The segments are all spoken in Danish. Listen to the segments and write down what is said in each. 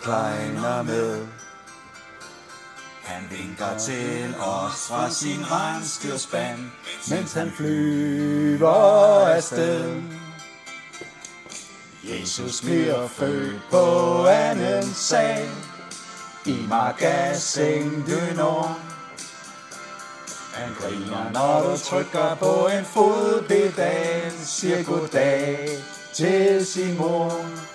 Kleiner med. Han vinker til os fra sin rensdyrspand, mens han flyver afsted. Jesus bliver født på anden sal, i magasin du Nord. Han griner, når du trykker på en fodpedal, siger goddag til sin mor.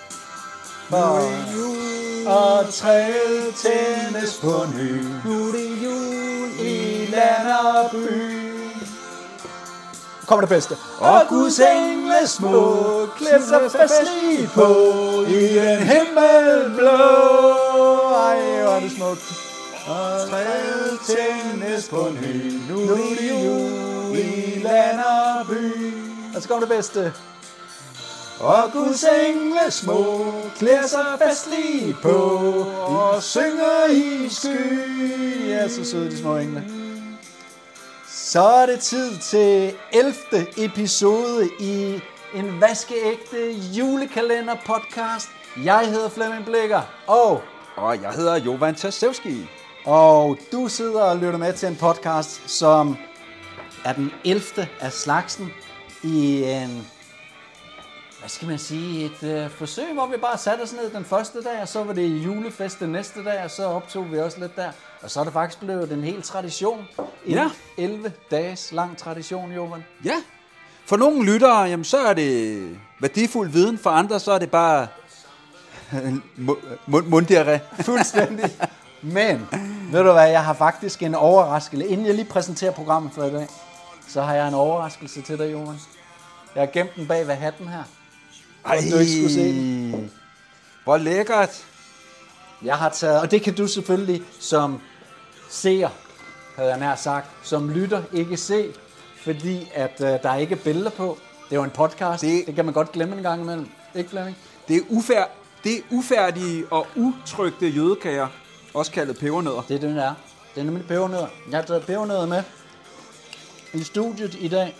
Og træet tændes på ny, nu er det jul i land og by. Kommer det bedste. Og Guds engle små klæder sig festligt på i en himmel blå. Ej, hvor er det smukt. Og træet tændes på ny, nu er det jul i land og by. Og så kommer det bedste. Og Guds engle små klæder sig festligt på og synger i sky. Ja, så søde de små engle. Så er det tid til 11. episode i en vaskeægte julekalender podcast. Jeg hedder Flemming Blikker, og jeg hedder Jovan Tasevski. Og du sidder og lytter med til en podcast, som er den 11. af slagsen i en, hvad skal man sige, et forsøg, hvor vi bare satte os ned den første dag, og så var det julefest den næste dag, og så optog vi også lidt der. Og så er det faktisk blevet en hel tradition. En 11 dages lang tradition, Jovan. Ja, for nogle lyttere, jamen, så er det værdifuld viden. For andre, så er det bare munddiarré. Fuldstændig. Men, ved du hvad, jeg har faktisk en overraskelse. Inden jeg lige præsenterer programmet for i dag, så har jeg en overraskelse til dig, Jovan. Jeg har gemt den bag ved hatten her. Ej, du ikke skulle se den. Hvor lækkert. Jeg har taget, og det kan du selvfølgelig som seer, havde jeg nær sagt, som lytter ikke se, fordi at der er ikke billeder på. Det er jo en podcast, det kan man godt glemme en gang imellem. Ikke, Flemming? Det er ufærdige og utrygte jødekager, også kaldet pebernødder. Det er det, der er. Det er nemlig pebernødder. Jeg har taget pebernødder med i studiet i dag.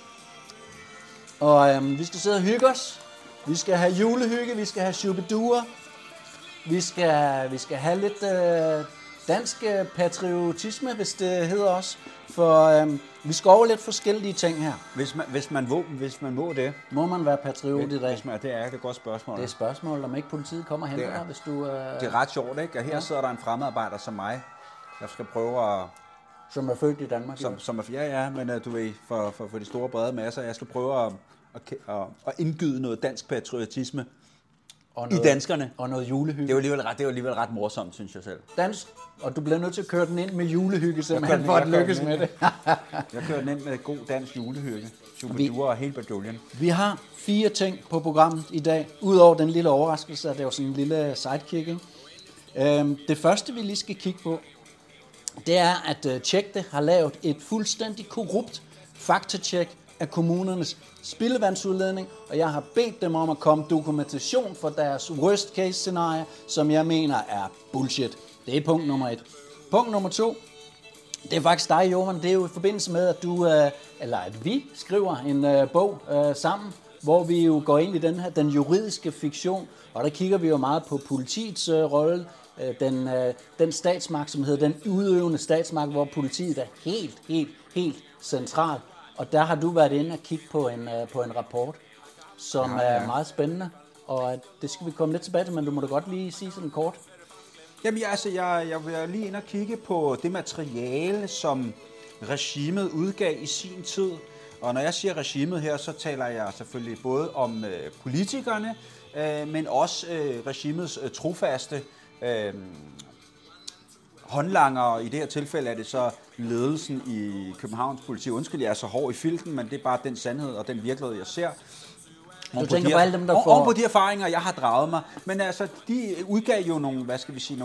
Og vi skal sidde og hygge os. Vi skal have julehygge, vi skal have shubiduer. Vi skal have lidt dansk patriotisme, hvis det hedder også. For vi skal over lidt forskellige ting her. Hvis man må det. Må man være patriot i dag? Det er et godt spørgsmål. Det er et spørgsmål, om ikke politiet kommer hen dig, hvis du... Det er ret sjovt, ikke? Og her sidder der en fremmedarbejder som mig, der skal prøve at... Som er født i Danmark. Men du ved, for de store brede masser, jeg skal prøve at indgyde noget dansk patriotisme i danskerne. Og noget julehygge. Det er jo alligevel ret morsomt, synes jeg selv. Dansk, og du bliver nødt til at køre den ind med julehygge, simpelthen, for at lykkes med det. Jeg kører den ind med god dansk julehygge. Superduer og hele baduljen. Vi har 4 ting på programmet i dag, udover den lille overraskelse, at det er jo sådan en lille sidekick, ikke? Det første, vi lige skal kigge på, det er, at Tjekte har lavet et fuldstændig korrupt faktatjek af kommunernes spildevandsudledning, og jeg har bedt dem om at komme dokumentation for deres worst case scenarie, som jeg mener er bullshit. Det er punkt nummer 1. Punkt nummer 2, det er faktisk dig, Jovan. Det er jo i forbindelse med, at at vi skriver en bog sammen, hvor vi jo går ind i den juridiske fiktion, og der kigger vi jo meget på politiets rolle, den statsmagt, som hedder den udøvende statsmagt, hvor politiet er helt central. Og der har du været inde og kigge på en rapport, som er meget spændende, og det skal vi komme lidt tilbage til, men du må da godt lige sige sådan kort. Jamen jeg vil lige ind og kigge på det materiale, som regimet udgav i sin tid. Og når jeg siger regimet her, så taler jeg selvfølgelig både om politikerne, men også regimets trofaste håndlanger. I det her tilfælde er det så ledelsen i Københavns politi. Undskyld, jeg er så hård i filten, men det er bare den sandhed og den virkelighed, jeg ser. Du tænker på alle dem, der får... Oven på de erfaringer, jeg har draget mig. Men altså, de udgav jo nogle, hvad skal vi sige,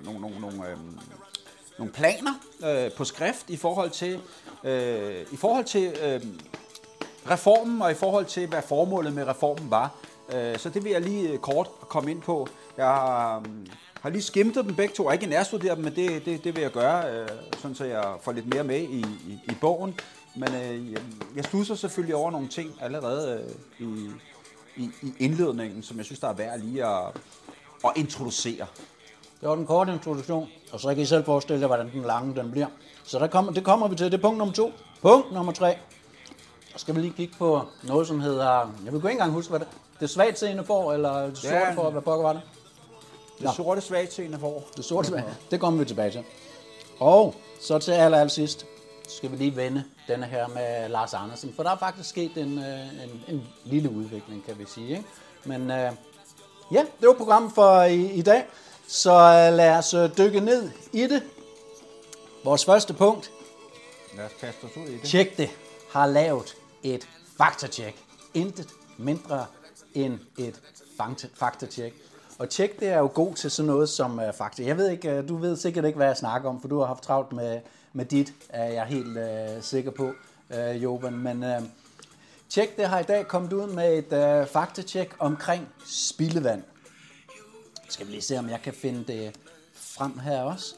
nogle planer på skrift i forhold til reformen og i forhold til, hvad formålet med reformen var. Så det vil jeg lige kort komme ind på. Jeg har lige skimtet dem begge to, og ikke nærstuderet dem, men det vil jeg gøre, sådan så jeg får lidt mere med i bogen. Men jeg studser selvfølgelig over nogle ting allerede i indledningen, som jeg synes, der er værd lige at introducere. Det var den korte introduktion, og så kan I selv forestille jer, hvordan den lange den bliver. Så det kommer vi til. Det er punkt nummer 2. Punkt nummer 3. Så skal vi lige kigge på noget, som hedder... Jeg vil ikke engang huske, hvad det svagtseende får, eller det sorte får, hvad pokker var det? Det sorte svagtseende får. Det sorte svagtseende, det kommer vi tilbage til. Og så til allersidst skal vi lige vende denne her med Lars Andersen, for der er faktisk sket en lille udvikling, kan vi sige. Ikke? Men ja, det var programmet for i dag, så lad os dykke ned i det. Vores første punkt. Lad os kaste os ud i det. Tjek det har lavet et faktatjek. Intet mindre end et faktatjek. Og tjek det er jo god til sådan noget som fakta. Jeg ved ikke, du ved sikkert ikke, hvad jeg snakker om, for du har haft travlt med dit, er jeg helt sikker på, Joben. Men tjek det har i dag kommet ud med et faktatjek omkring spildevand. Skal vi lige se, om jeg kan finde det frem her også.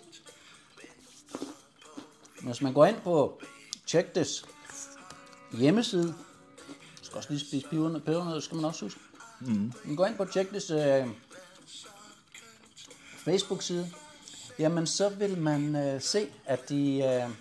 Hvis man går ind på Tjekdes hjemmeside, skal også lige spise pebernødder, skal man også huske. Man går ind på Tjekdes Facebook-side, jamen så vil man se, at de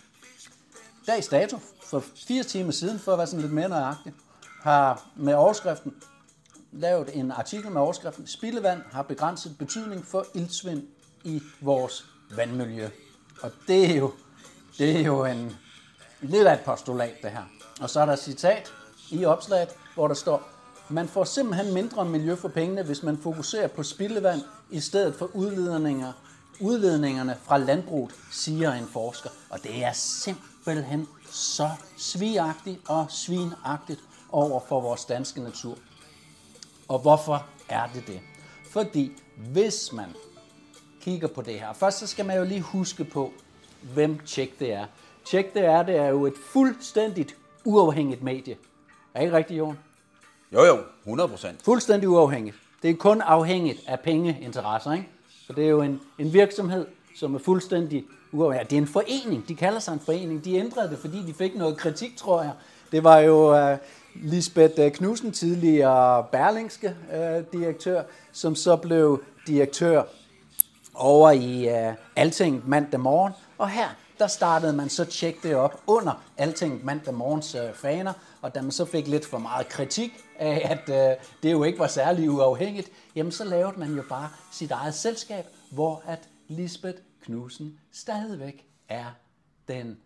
dags dato for 4 timer siden, for at være sådan lidt mere nøjagtig, har med overskriften lavet en artikel med overskriften "Spildevand har begrænset betydning for iltsvind i vores vandmiljø". Og det er jo en lidt af et postulat, det her. Og så er der et citat i opslaget, hvor der står: "Man får simpelthen mindre miljø for pengene, hvis man fokuserer på spildevand i stedet for udledningerne fra landbruget", siger en forsker. Og det er simpelthen så svigagtigt og svinagtigt over for vores danske natur. Og hvorfor er det det? Fordi hvis man kigger på det her, først så skal man jo lige huske på, hvem Tjek det er. Tjek det er jo et fuldstændigt uafhængigt medie. Er ikke rigtigt, Jon? Jo, 100%. Fuldstændig uafhængigt. Det er kun afhængigt af pengeinteresser, ikke? Så det er jo en virksomhed, som er fuldstændig uafhængig. Det er en forening. De kalder sig en forening. De ændrede det, fordi de fik noget kritik, tror jeg. Det var jo Lisbeth Knudsen, tidligere Berlingske direktør, som så blev direktør over i Altinget mandag morgen. Og her, der startede man så Tjek det op under Altinget mandag morgens faner. Og da man så fik lidt for meget kritik af, at det jo ikke var særlig uafhængigt, jamen så lavede man jo bare sit eget selskab, hvor at Lisbeth Knudsen stadigvæk er den,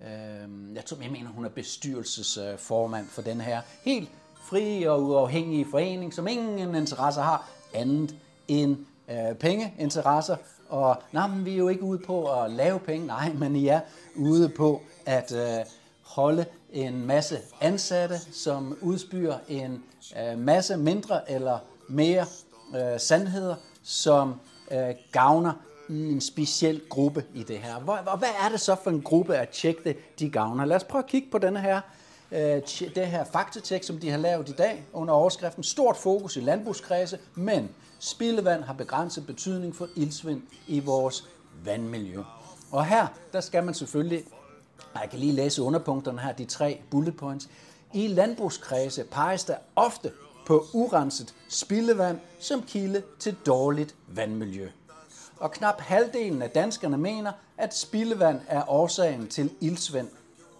jeg mener hun er bestyrelsesformand for den her helt fri og uafhængige forening, som ingen interesser har andet end pengeinteresser. Og men vi er jo ikke ude på at lave penge, nej, men I er ude på at holde en masse ansatte, som udspyr en masse mindre eller mere sandheder, som gavner en speciel gruppe i det her. Hvad er det så for en gruppe at Tjek det, de gavner? Lad os prøve at kigge på denne her, det her faktatjek, som de har lavet i dag under overskriften "Stort fokus i landbrugskredse, men spildevand har begrænset betydning for iltsvind i vores vandmiljø". Og her, der skal man selvfølgelig, jeg kan lige læse underpunkterne her, de 3 bullet points. I landbrugskredse peges der ofte på urenset spildevand som kilde til dårligt vandmiljø. Og knap halvdelen af danskerne mener, at spildevand er årsagen til iltsvind.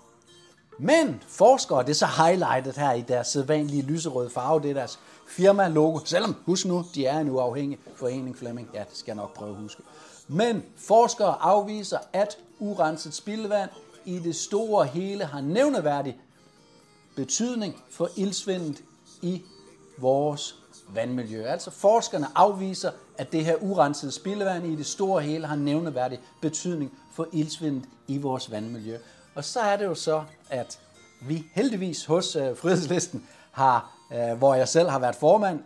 Men forskere, det er så highlightet her i deres sædvanlige lyserøde farve, det er deres firma-logo, selvom, husk nu, de er en uafhængig forening, Flemming, ja, det skal jeg nok prøve at huske. Men forskere afviser, at urenset spildevand i det store hele har nævneværdig betydning for iltsvindet i vores vandmiljø. Altså forskerne afviser, at det her urensede spildevand i det store hele har nævneværdig betydning for iltsvindet i vores vandmiljø. Og så er det jo så, at vi heldigvis hos Frihedslisten har, hvor jeg selv har været formand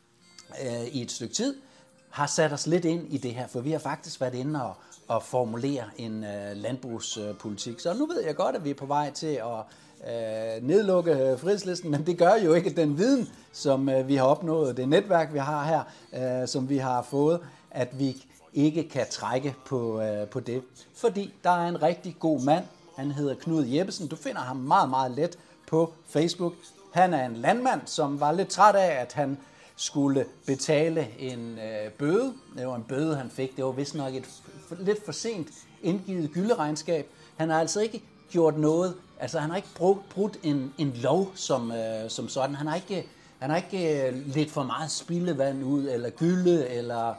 i et stykke tid, har sat os lidt ind i det her, for vi har faktisk været inde og formulere en landbrugspolitik. Så nu ved jeg godt, at vi er på vej til at nedlukke Frihedslisten, men det gør jo ikke den viden, som vi har opnået, det netværk, vi har her, som vi har fået, at vi ikke kan trække på det. Fordi der er en rigtig god mand, han hedder Knud Jeppesen. Du finder ham meget, meget let på Facebook. Han er en landmand, som var lidt træt af, at han skulle betale en bøde. Det var en bøde, han fik. Det var vist nok et lidt for sent indgivet gylderegnskab. Han har altså ikke gjort noget, altså han har ikke brudt en lov som sådan. Han har ikke lidt for meget spildevand ud, eller gylde,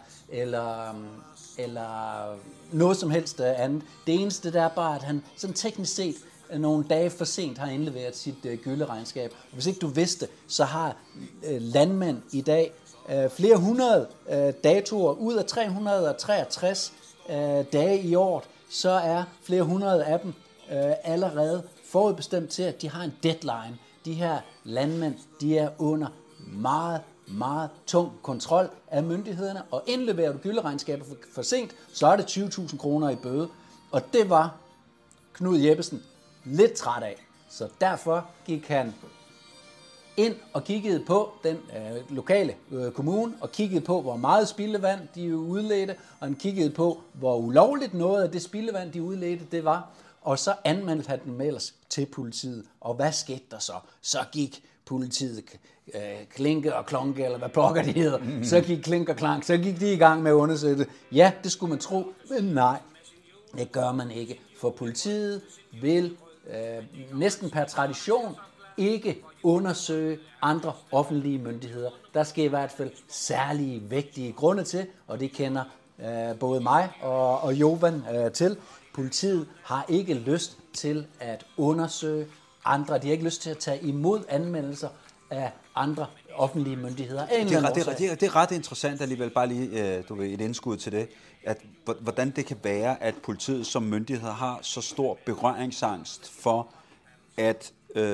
eller noget som helst andet. Det eneste der er bare, at han sådan teknisk set nogle dage for sent har indleveret sit gylderegnskab. Og hvis ikke du vidste, så har landmænd i dag flere hundrede datoer. Ud af 363 dage i år, så er flere hundrede af dem allerede forudbestemt til, at de har en deadline. De her landmænd, de er under meget, meget tung kontrol af myndighederne, og indleverer du gylderegnskaber for sent, så er det 20.000 kroner i bøde. Og det var Knud Jeppesen lidt træt af. Så derfor gik han ind og kiggede på den lokale kommune, og kiggede på, hvor meget spildevand de udledte, og han kiggede på, hvor ulovligt noget af det spildevand, de udledte, det var. Og så anmeldte han dem ellers til politiet. Og hvad skete der så? Så gik politiet klinke og klonke, eller hvad pokker de hedder. Så gik klink og klank, så gik de i gang med at undersøge det. Ja, det skulle man tro, men nej, det gør man ikke. For politiet vil næsten per tradition ikke undersøge andre offentlige myndigheder. Der skal i hvert fald særlige vægtige grunde til, og det kender både mig og Jovan til. Politiet har ikke lyst til at undersøge andre. De har ikke lyst til at tage imod anmeldelser af andre offentlige myndigheder. Det er ret interessant alligevel, bare lige et indskud til det, at hvordan det kan være, at politiet som myndighed har så stor berøringsangst for at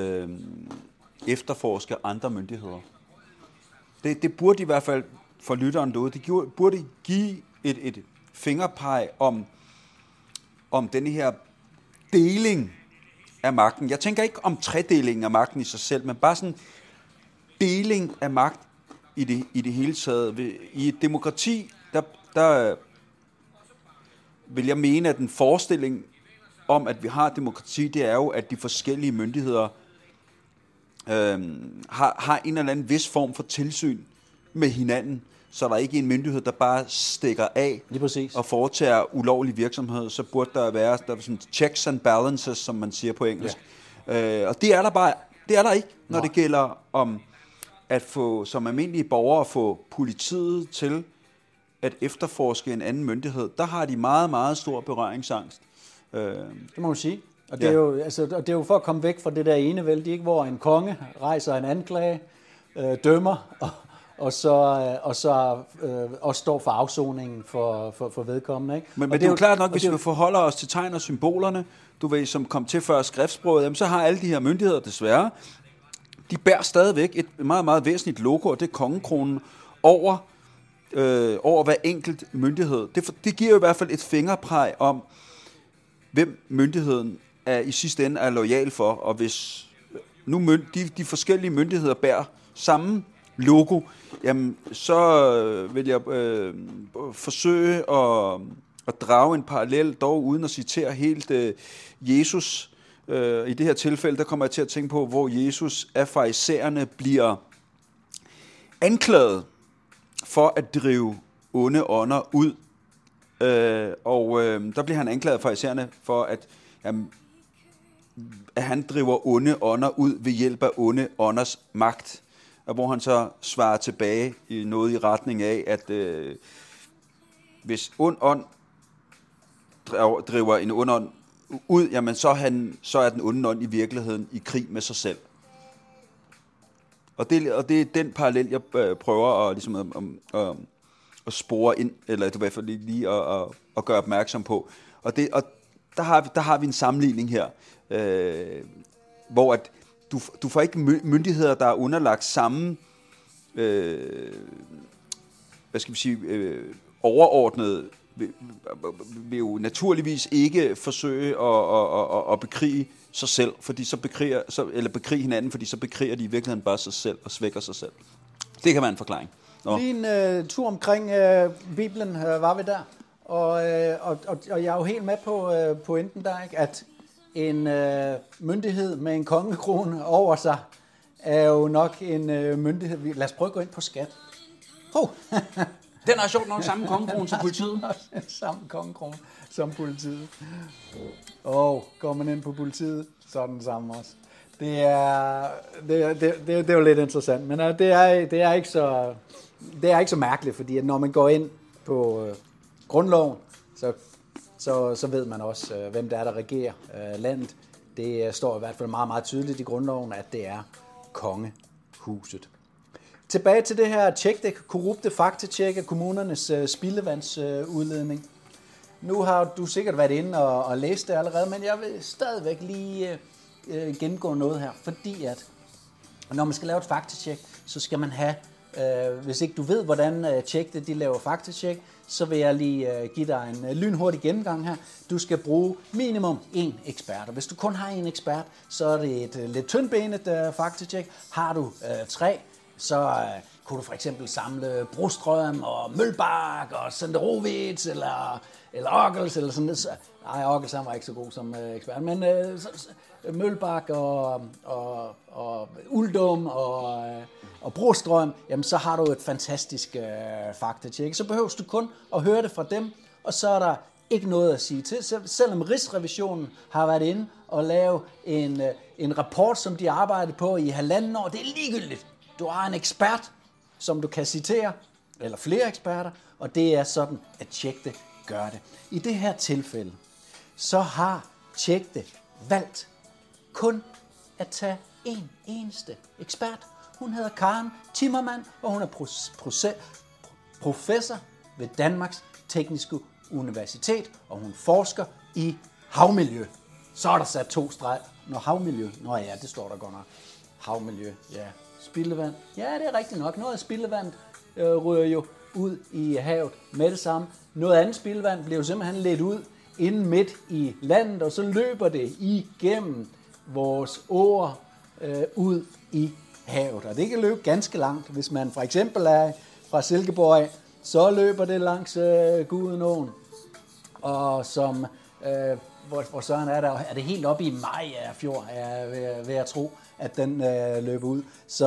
efterforske andre myndigheder. Det burde i hvert fald for lytteren derude, det burde give et fingerpeg om denne her deling af magten. Jeg tænker ikke om tredelingen af magten i sig selv, men bare sådan deling af magt i det hele taget. I et demokrati, der vil jeg mene, at en forestilling om, at vi har demokrati, det er jo, at de forskellige myndigheder har en eller anden vis form for tilsyn med hinanden, så der ikke er en myndighed, der bare stikker af og foretager ulovlig virksomhed. Så burde der være sådan checks and balances, som man siger på engelsk. Ja. Og det er der ikke, når det gælder om at få som almindelige borgere få politiet til at efterforske en anden myndighed. Der har de meget, meget stor berøringsangst. Det må man sige. Og det, det er jo for at komme væk fra det der enevælde, ikke, hvor en konge rejser en anklage, dømmer, og står for afsoningen for vedkommende. Ikke? Men det er jo klart nok, hvis vi forholder os til tegn og symbolerne, du ved, som kom til før skriftsproget, jamen, så har alle de her myndigheder desværre, de bærer stadigvæk et meget, meget væsentligt logo, og det er kongekronen over hver enkelt myndighed. Det giver jo i hvert fald et fingerpræg om, hvem myndigheden i sidste ende er lojal for, og hvis nu de forskellige myndigheder bærer samme logo, jamen, så vil jeg forsøge at drage en parallel, dog uden at citere helt Jesus. I det her tilfælde, der kommer jeg til at tænke på, hvor Jesus af farisæerne bliver anklaget for at drive onde ånder ud. Der bliver han anklaget af farisæerne for, at han driver onde ånder ud ved hjælp af onde ånders magt. Og hvor han så svarer tilbage i noget i retning af, at hvis ond ånd driver en ond ånd ud, jamen så er den onde ånd i virkeligheden i krig med sig selv. Og det er den parallel, jeg prøver at spore ind, eller i hvert fald lige at gøre opmærksom på. Og der har vi en sammenligning her, hvor at du får ikke myndigheder, der er underlagt samme overordnede, vil jo naturligvis ikke forsøge at bekrige sig selv, fordi eller bekrige hinanden, fordi så bekriger de i virkeligheden bare sig selv og svækker sig selv. Det kan være en forklaring. Lige en tur omkring Bibelen var vi der, og jeg er jo helt med på pointen der, ikke? At en myndighed med en kongekrone over sig er jo nok en myndighed. Lad os prøve at gå ind på skat. Den har sjovt nok samme kongekrone som politiet. Samme kongekrone som politiet. Går man ind på politiet, så er den samme også. Det er jo lidt interessant, men det er ikke så mærkeligt, fordi at når man går ind på grundloven, så ved man også, hvem der regerer landet. Det står i hvert fald meget, meget tydeligt i grundloven, at det er kongehuset. Tilbage til det her det korrupte faktatjek af kommunernes spildevandsudledning. Nu har du sikkert været inde og læst det allerede, men jeg vil stadigvæk lige gennemgå noget her, fordi at når man skal lave et faktatjek, så skal man have, hvis ikke du ved, hvordan Tjek de laver faktatjek, så vil jeg lige give dig en lynhurtig gennemgang her. Du skal bruge minimum 1 ekspert, og hvis du kun har 1 ekspert, så er det et lidt tyndbenet faktatjek. Har du 3, så kunne du for eksempel samle Brostrøm og Mølbak og Senderovitz eller Ockels eller sådan noget. Nej, Ockels han var ikke så god som ekspert, men Mølbak og Uldum og Brostrøm, jamen så har du et fantastisk faktatjek. Så behøver du kun at høre det fra dem, og så er der ikke noget at sige til. Selvom Rigsrevisionen har været inde og lave en rapport, som de har arbejdet på i 1,5 år, det er ligegyldigt. Du har en ekspert, som du kan citere, eller flere eksperter, og det er sådan, at Tjek det gør det. I det her tilfælde, så har Tjek det valgt kun at tage en eneste ekspert. Hun hedder Karen Timmermann, og hun er professor ved Danmarks Tekniske Universitet, og hun forsker i havmiljø. Så er der sat 2 streger. Havmiljø. Ja, det står der godt nok. Havmiljø, ja. Spildevand. Ja, det er rigtigt nok. Noget af spildevandet ryger jo ud i havet med det samme. Noget andet spildevand bliver jo simpelthen ledt ud inden midt i landet, og så løber det igennem vores åer ud i havet. Og det kan løbe ganske langt. Hvis man for eksempel er fra Silkeborg, så løber det langs Gudenåen. Og som, hvor søren er det helt oppe i Majafjord, vil jeg tro, at den løber ud.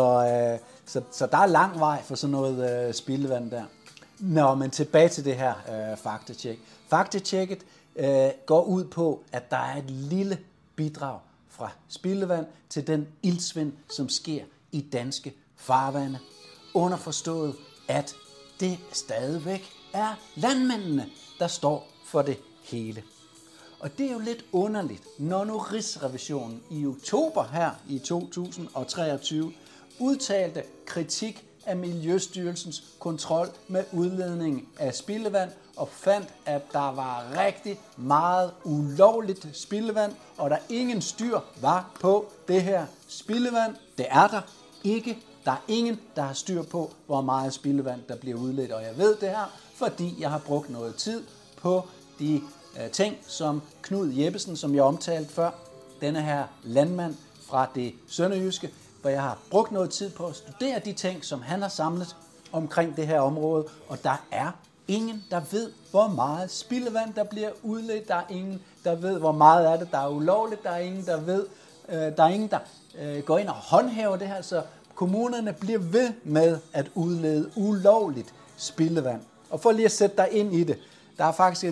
Så der er lang vej for sådan noget spildevand der. Nå, men tilbage til det her faktatjek. Faktatjekket går ud på, at der er et lille bidrag fra spildevand til den iltsvind, som sker i danske farvande. Underforstået, at det stadigvæk er landmændene, der står for det hele. Og det er jo lidt underligt, når nu Rigsrevisionen i oktober her i 2023 udtalte kritik af Miljøstyrelsens kontrol med udledning af spildevand og fandt, at der var rigtig meget ulovligt spildevand, og der ingen styr var på det her spildevand. Det er der ikke. Der er ingen, der har styr på, hvor meget spildevand, der bliver udledt. Og jeg ved det her, fordi jeg har brugt noget tid på de ting, som Knud Jeppesen, som jeg omtalte før, denne her landmand fra det sønderjyske, hvor jeg har brugt noget tid på at studere de ting, som han har samlet omkring det her område, og der er ingen, der ved, hvor meget spildevand, der bliver udledt. Der er ingen, der ved, hvor meget af det, der er ulovligt. Der er ingen, der ved, der er ingen, der går ind og håndhæver det her, så kommunerne bliver ved med at udlede ulovligt spildevand. Og for lige at sætte dig ind i det, der er faktisk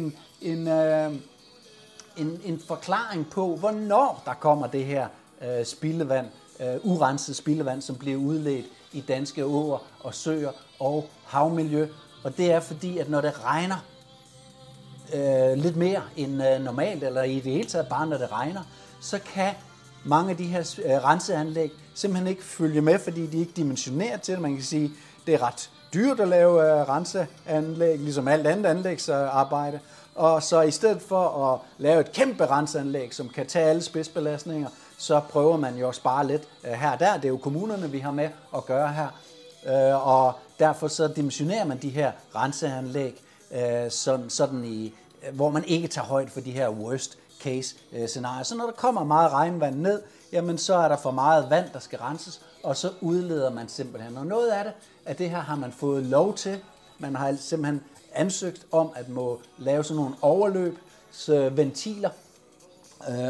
en forklaring på, hvornår der kommer det her spildevand, urenset spildevand, som bliver udledt i danske åer og søer og havmiljø. Og det er fordi, at når det regner lidt mere end normalt, eller i det hele taget bare når det regner, så kan mange af de her renseanlæg simpelthen ikke følge med, fordi de ikke dimensionerer til det. Man kan sige, det er ret dyrt at lave renseanlæg, ligesom alt andet anlægsarbejde. Og så i stedet for at lave et kæmpe renseanlæg, som kan tage alle spidsbelastninger, så prøver man jo at spare lidt her og der. Det er jo kommunerne, vi har med at gøre her. Og derfor så dimensionerer man de her renseanlæg, sådan hvor man ikke tager højde for de her worst case scenarier. Så når der kommer meget regnvand ned, jamen så er der for meget vand, der skal renses, og så udleder man simpelthen. Og noget af det her har man fået lov til. Man har simpelthen ansøgt om at må lave sådan nogle overløbsventiler,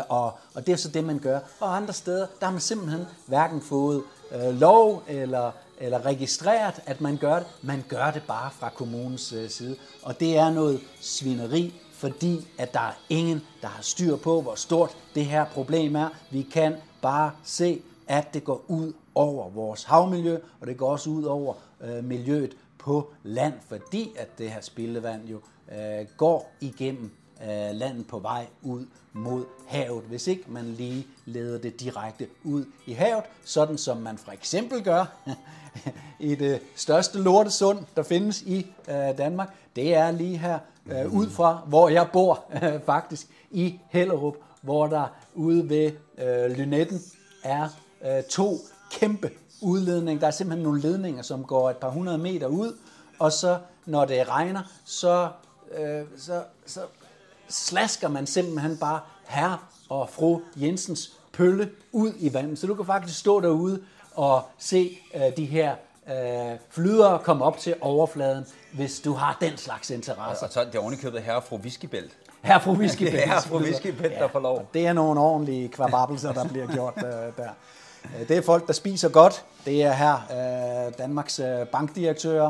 og det er så det, man gør. Og andre steder, der har man simpelthen hverken fået lov eller eller registreret, at man gør det. Man gør det bare fra kommunens side. Og det er noget svineri, fordi at der er ingen, der har styr på, hvor stort det her problem er. Vi kan bare se, at det går ud over vores havmiljø, og det går også ud over miljøet på land, fordi at det her spildevand jo går igennem landet på vej ud mod havet, hvis ikke man lige leder det direkte ud i havet, sådan som man for eksempel gør i det største lortesund, der findes i Danmark. Det er lige her ud fra, hvor jeg bor, faktisk i Hellerup, hvor der ude ved Lynetten er 2 kæmpe udledninger. Der er simpelthen nogle ledninger, som går et par 100 meter ud, og så når det regner, så slasker man simpelthen bare herre og fru Jensens pølle ud i vandet. Så du kan faktisk stå derude og se de her flydere komme op til overfladen, hvis du har den slags interesse. Og så er det ovenikøbet herre og fru Whiskybælt. Herre og fru Whiskybælt. Det er herre og fru Whiskybælt, der får lov. Det er nogle ordentlige kvababelser, der bliver gjort der. Det er folk, der spiser godt. Det er her Danmarks bankdirektører.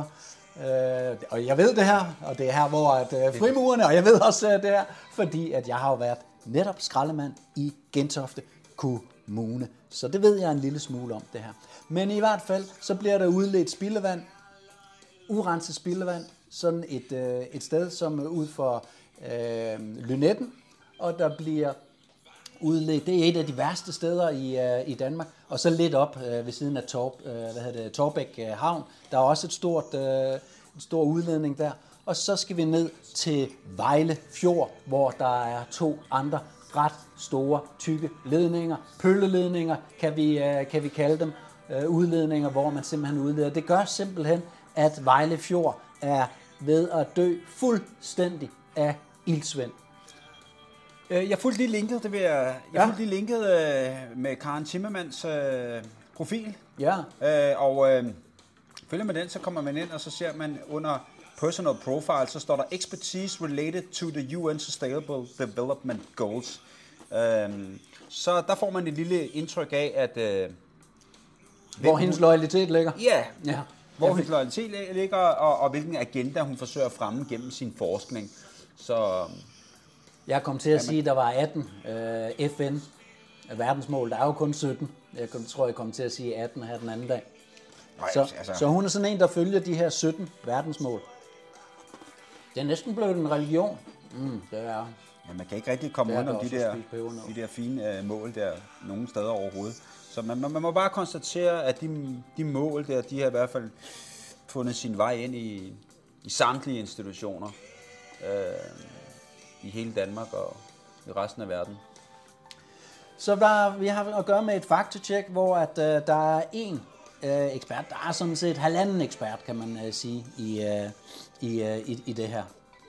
Og jeg ved det her, og det er her, hvor frimurerne, og jeg ved også det her, fordi at jeg har jo været netop skraldemand i Gentofte Kommune. Så det ved jeg en lille smule om det her. Men i hvert fald, så bliver der udledt spildevand, urenset spildevand, sådan et sted, som er ud for Lynetten, og der bliver udledt. Det er et af de værste steder i Danmark, og så lidt op ved siden af Torbæk Havn. Der er også en stor udledning der. Og så skal vi ned til Vejle Fjord, hvor der er 2 andre ret store, tykke ledninger. Pølleledninger kan vi kalde dem. Udledninger, hvor man simpelthen udleder. Det gør simpelthen, at Vejle Fjord er ved at dø fuldstændig af iltsvind. Jeg fulgte lige linket, fulgte lige linket med Karen Timmermans profil. Ja. Følger med den, så kommer man ind, og så ser man under personal profile, så står der expertise related to the UN Sustainable Development Goals. Så der får man et lille indtryk af, at hvor hendes loyalitet ligger. Ja. Hvor hendes loyalitet ligger, og hvilken agenda hun forsøger at fremme gennem sin forskning. Så jeg kom til at sige, at der var 18 FN verdensmål. Der er jo kun 17. Jeg tror, jeg kom til at sige 18 her den anden dag. Så hun er sådan en, der følger de her 17 verdensmål. Det er næsten blevet en religion. Det er. Ja, man kan ikke rigtig komme rundt om de der fine mål der nogen steder overhovedet. Så man må bare konstatere, at de mål der, de har i hvert fald fundet sin vej ind i samtlige institutioner i hele Danmark og i resten af verden. Så vi har at gøre med et faktatjek, hvor at, der er en ekspert, der er sådan set 1,5 ekspert, kan man sige, i det her.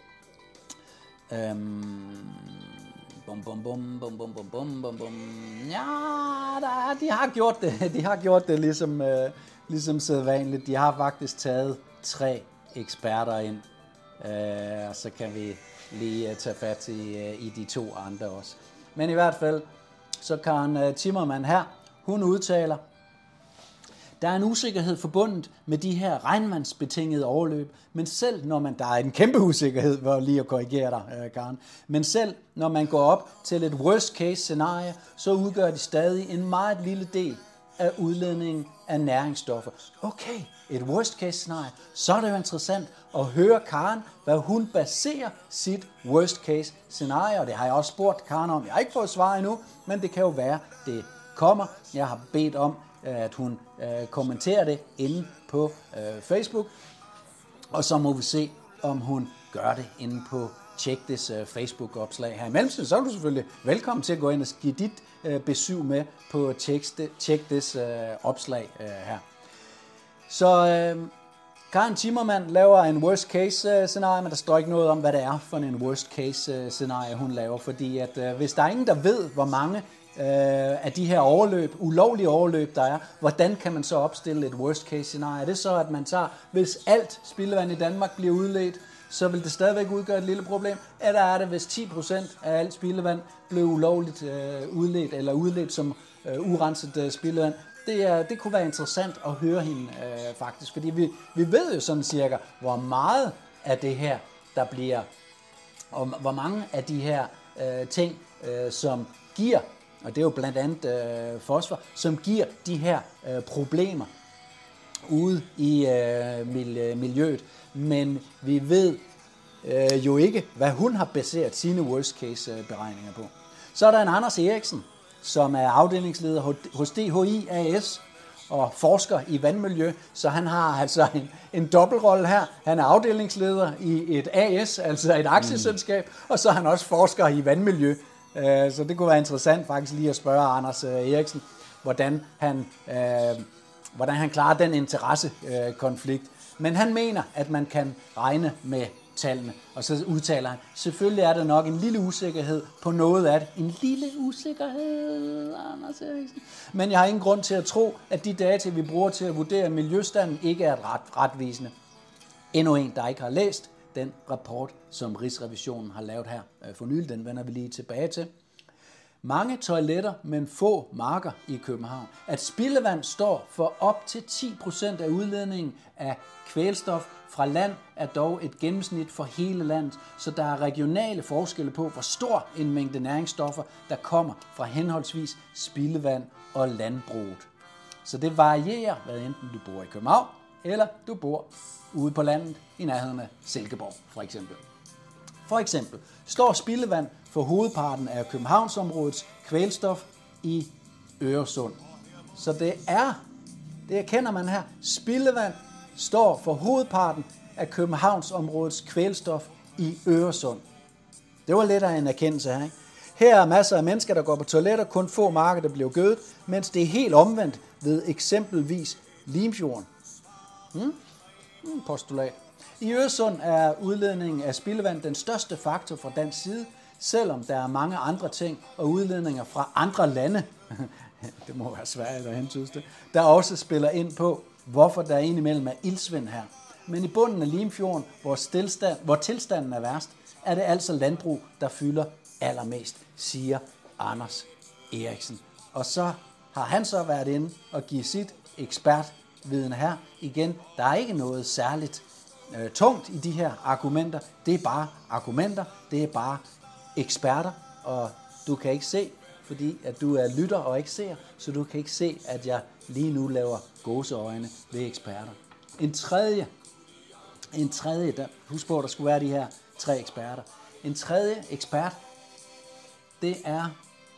Ja, de har gjort det ligesom sædvanligt. De har faktisk taget 3 eksperter ind, og så kan vi lige tage fat i de 2 andre også. Men i hvert fald, så Karen Timmermans her, hun udtaler, der er en usikkerhed forbundet med de her regnvandsbetingede overløb, men selv når der er en kæmpe usikkerhed, hvor lige at korrigere dig, Karen, men selv når man går op til et worst case scenarie, så udgør de stadig en meget lille del af udledningen af næringsstoffer. Okay, et worst case scenarie, så er det jo interessant at høre Karen, hvad hun baserer sit worst case scenarie, og det har jeg også spurgt Karen om. Jeg har ikke fået svar endnu, men det kan jo være, det kommer. Jeg har bedt om, at hun kommenterer det inde på Facebook, og så må vi se, om hun gør det inde på Check This Facebook-opslag her. I mellemtiden, så er du selvfølgelig velkommen til at gå ind og give dit besøg med på Check This opslag her. Så Karen Timmermans laver en worst case scenarie, men der står ikke noget om, hvad det er for en worst case scenarie, hun laver, fordi at hvis der er ingen, der ved, hvor mange af de her overløb, ulovlige overløb, der er, hvordan kan man så opstille et worst case scenarie? Er det så, at man tager, hvis alt spildevand i Danmark bliver udledt, så vil det stadigvæk udgøre et lille problem? Eller er det, hvis 10% af alt spildevand blev ulovligt udledt, eller udledt som urenset spildevand, Det kunne være interessant at høre hende faktisk, fordi vi ved jo sådan cirka, hvor meget af det her, der bliver, og hvor mange af de her ting, som giver, og det er jo blandt andet fosfor, som giver de her problemer ude i miljøet. Men vi ved jo ikke, hvad hun har baseret sine worst case beregninger på. Så er der en Anders Eriksen, som er afdelingsleder hos DHI AS og forsker i vandmiljø, så han har altså en dobbeltrolle her. Han er afdelingsleder i et AS, altså et aktieselskab, og så er han også forsker i vandmiljø. Så det kunne være interessant faktisk lige at spørge Anders Eriksen, hvordan han klarer den interessekonflikt. Men han mener, at man kan regne med tallene, og så udtaler han, selvfølgelig er der nok en lille usikkerhed på noget af det. En lille usikkerhed, Anders Eriksen. Men jeg har ingen grund til at tro, at de data, vi bruger til at vurdere miljøstanden, ikke er retvisende. Endnu en, der ikke har læst den rapport, som Rigsrevisionen har lavet her for nylig, den vender vi lige tilbage til. Mange toiletter, men få marker i København. At spildevand står for op til 10% af udledningen af kvælstof fra land er dog et gennemsnit for hele landet, så der er regionale forskelle på, hvor stor en mængde næringsstoffer, der kommer fra henholdsvis spildevand og landbruget. Så det varierer, hvad enten du bor i København, eller du bor ude på landet i nærheden af Silkeborg, for eksempel. For eksempel står spildevand for hovedparten af Københavnsområdets kvælstof i Øresund. Så det erkender man her, spildevand står for hovedparten af Københavnsområdets kvælstof i Øresund. Det var lidt af en erkendelse her, ikke? Her er masser af mennesker, der går på toiletter, kun få marker, der bliver gødet, mens det er helt omvendt ved eksempelvis Limfjorden. Postulat. I Øresund er udledningen af spildevand den største faktor fra dansk side, selvom der er mange andre ting og udledninger fra andre lande, det må være Sverige, der hentydes det, der også spiller ind på, hvorfor der indimellem er ildsvind her. Men i bunden af Limfjorden, hvor tilstanden er værst, er det altså landbrug, der fylder allermest, siger Anders Eriksen. Og så har han så været inde og give sit ekspertviden her. Igen, der er ikke noget særligt tungt i de her argumenter. Det er bare argumenter, det er bare eksperter, og du kan ikke se, fordi at du er lytter og ikke ser, så du kan ikke se, at jeg lige nu laver gåseøjne ved eksperter. En tredje, husk på, at der skulle være de her 3 eksperter. En tredje ekspert, det er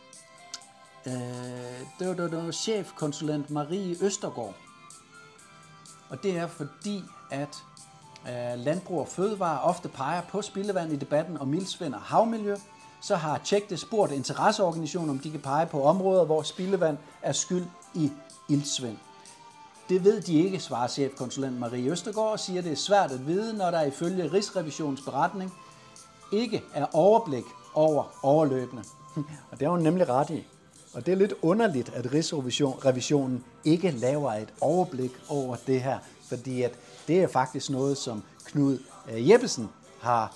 chefkonsulent Marie Østergaard. Og det er fordi, at Landbrug og Fødevare ofte peger på spildevand i debatten om iltsvind og havmiljø, så har Tjek det spurgt interesseorganisationer, om de kan pege på områder, hvor spildevand er skyld i iltsvind. Det ved de ikke, svarer chefkonsulent Marie Østergaard og siger, at det er svært at vide, når der ifølge Rigsrevisionens beretning ikke er overblik over overløbene. Og det er hun nemlig ret i. Og det er lidt underligt, at Rigsrevisionen ikke laver et overblik over det her, fordi at det er faktisk noget, som Knud Jeppesen har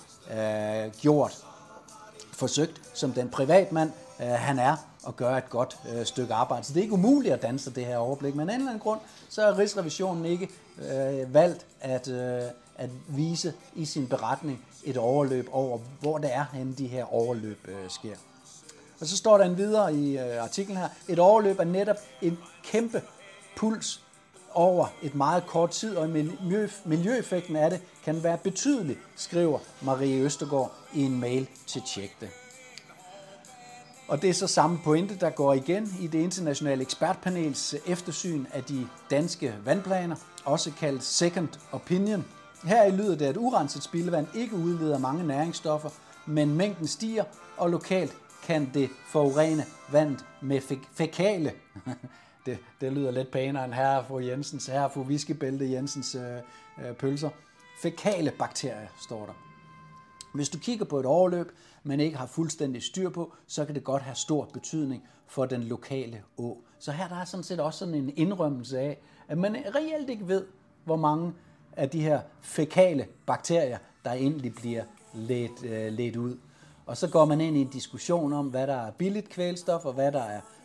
forsøgt som den privatmand, han er, at gøre et godt stykke arbejde. Så det er ikke umuligt at danse det her overblik, men af en eller anden grund, så har Rigsrevisionen ikke valgt at vise i sin beretning et overløb over, hvor det er henne de her overløb sker. Og så står der en videre i artiklen her, et overløb er netop en kæmpe puls over et meget kort tid, og miljøeffekten af det kan være betydelig, skriver Marie Østergaard i en mail til Tjek det. Og det er så samme pointe, der går igen i det internationale ekspertpanels eftersyn af de danske vandplaner, også kaldt second opinion. Her lyder det, at urenset spildevand ikke udleder mange næringsstoffer, men mængden stiger, og lokalt kan det forurene vandet med fækale. Det lyder lidt pænere end herre og fru Viskebælte Jensens pølser. Fækale bakterier, står der. Hvis du kigger på et overløb, man ikke har fuldstændig styr på, så kan det godt have stor betydning for den lokale å. Så her der er sådan set også sådan en indrømmelse af, at man reelt ikke ved, hvor mange af de her fækale bakterier, der egentlig bliver ledt ud. Og så går man ind i en diskussion om, hvad der er billigt kvælstof, og hvad der er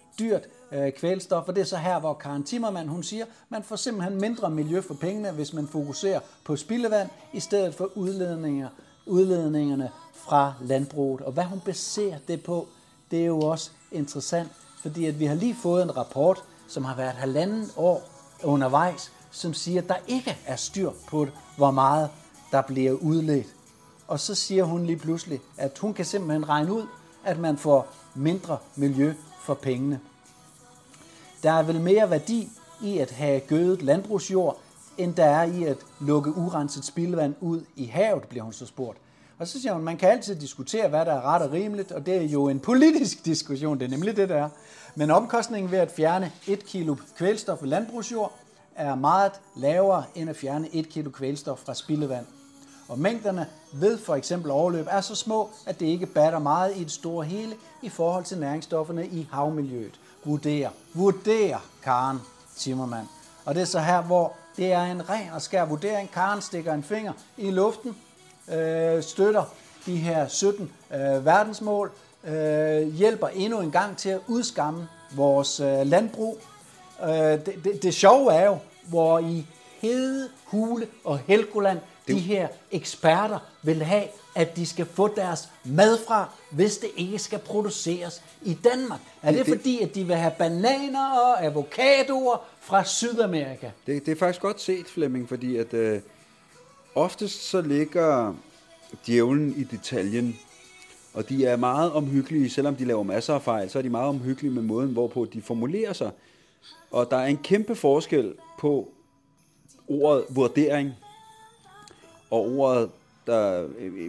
dyrt kvælstof, og det er så her, hvor Karen Timmermann, hun siger, man får simpelthen mindre miljø for pengene, hvis man fokuserer på spildevand, i stedet for udledningerne fra landbruget. Og hvad hun baserer det på, det er jo også interessant, fordi at vi har lige fået en rapport, som har været 1,5 år undervejs, som siger, at der ikke er styr på, hvor meget der bliver udledt. Og så siger hun lige pludselig, at hun kan simpelthen regne ud, at man får mindre miljø for pengene. Der er vel mere værdi i at have gødet landbrugsjord, end der er i at lukke urenset spildevand ud i havet, bliver hun så spurgt. Og så siger hun, man kan altid diskutere, hvad der er ret og rimeligt, og det er jo en politisk diskussion, det er nemlig det, der er. Men omkostningen ved at fjerne 1 kilo kvælstof ved landbrugsjord er meget lavere end at fjerne 1 kilo kvælstof fra spildevand. Og mængderne ved for eksempel overløb er så små, at det ikke batter meget i det store hele i forhold til næringsstofferne i havmiljøet. Vurderer Karen Timmermann. Og det er så her, hvor det er en ren og skær vurdering. Karen stikker en finger i luften, støtter de her 17 verdensmål, hjælper endnu en gang til at udskamme vores landbrug. Det sjove er jo, hvor i Hede, Hule og Helgoland de her eksperter vil have, at de skal få deres mad fra, hvis det ikke skal produceres i Danmark. Er det fordi, at de vil have bananer og avocadoer fra Sydamerika? Det er faktisk godt set, Flemming, fordi at oftest så ligger djævlen i detaljen, og de er meget omhyggelige, selvom de laver masser af fejl, så er de meget omhyggelige med måden, hvorpå de formulerer sig. Og der er en kæmpe forskel på ordet vurdering og ordet der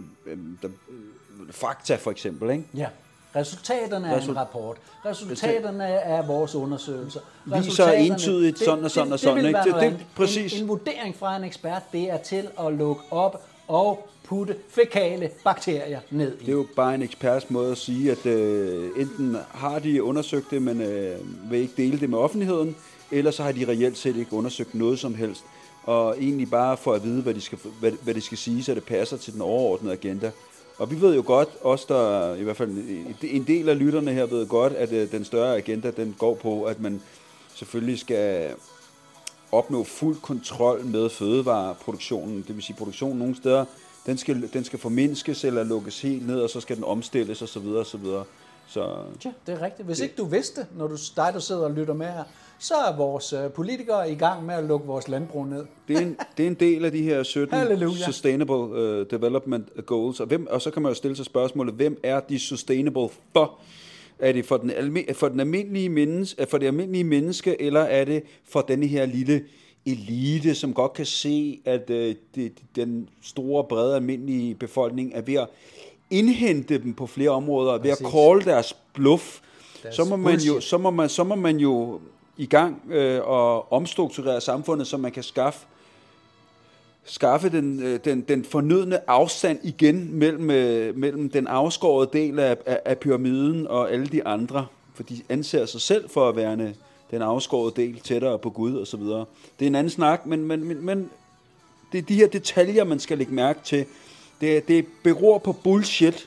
fakta for eksempel, ikke? Ja. Resultaterne af en rapport. Resultaterne af vores undersøgelser. Viser entydigt sådan og sådan og sådan. Det præcis. En vurdering fra en ekspert, det er til at lukke op og putte fækale bakterier ned i. Det er jo bare en eksperts måde at sige, at enten har de undersøgt det, men vil ikke dele det med offentligheden, eller så har de reelt set ikke undersøgt noget som helst. Og egentlig bare for at vide, hvad de skal sige, så det passer til den overordnede agenda. Og vi ved jo godt, os der, i hvert fald en del af lytterne her, ved godt, at den større agenda, den går på, at man selvfølgelig skal opnå fuld kontrol med fødevareproduktionen. Det vil sige, produktionen nogle steder, den skal formindskes eller lukkes helt ned, og så skal den omstilles osv. osv. Så ja, det er rigtigt. Hvis ikke du vidste, når du sidder og lytter med her, så er vores politikere i gang med at lukke vores landbrug ned. Det er en del af de her 17 Halleluja. Sustainable Development Goals. Og så kan man jo stille sig spørgsmålet, hvem er de sustainable for? Er det for det almindelige menneske, eller er det for denne her lille elite, som godt kan se, at den store, brede, almindelige befolkning er ved at indhente dem på flere områder, ved at call deres bluff, så må man jo i gang og omstrukturere samfundet, så man kan skaffe den fornødne afstand igen mellem den afskårede del af pyramiden og alle de andre, for de anser sig selv for at være den afskårede del tættere på Gud og så videre. Det er en anden snak, men det er de her detaljer, man skal lægge mærke til. Det beror på bullshit,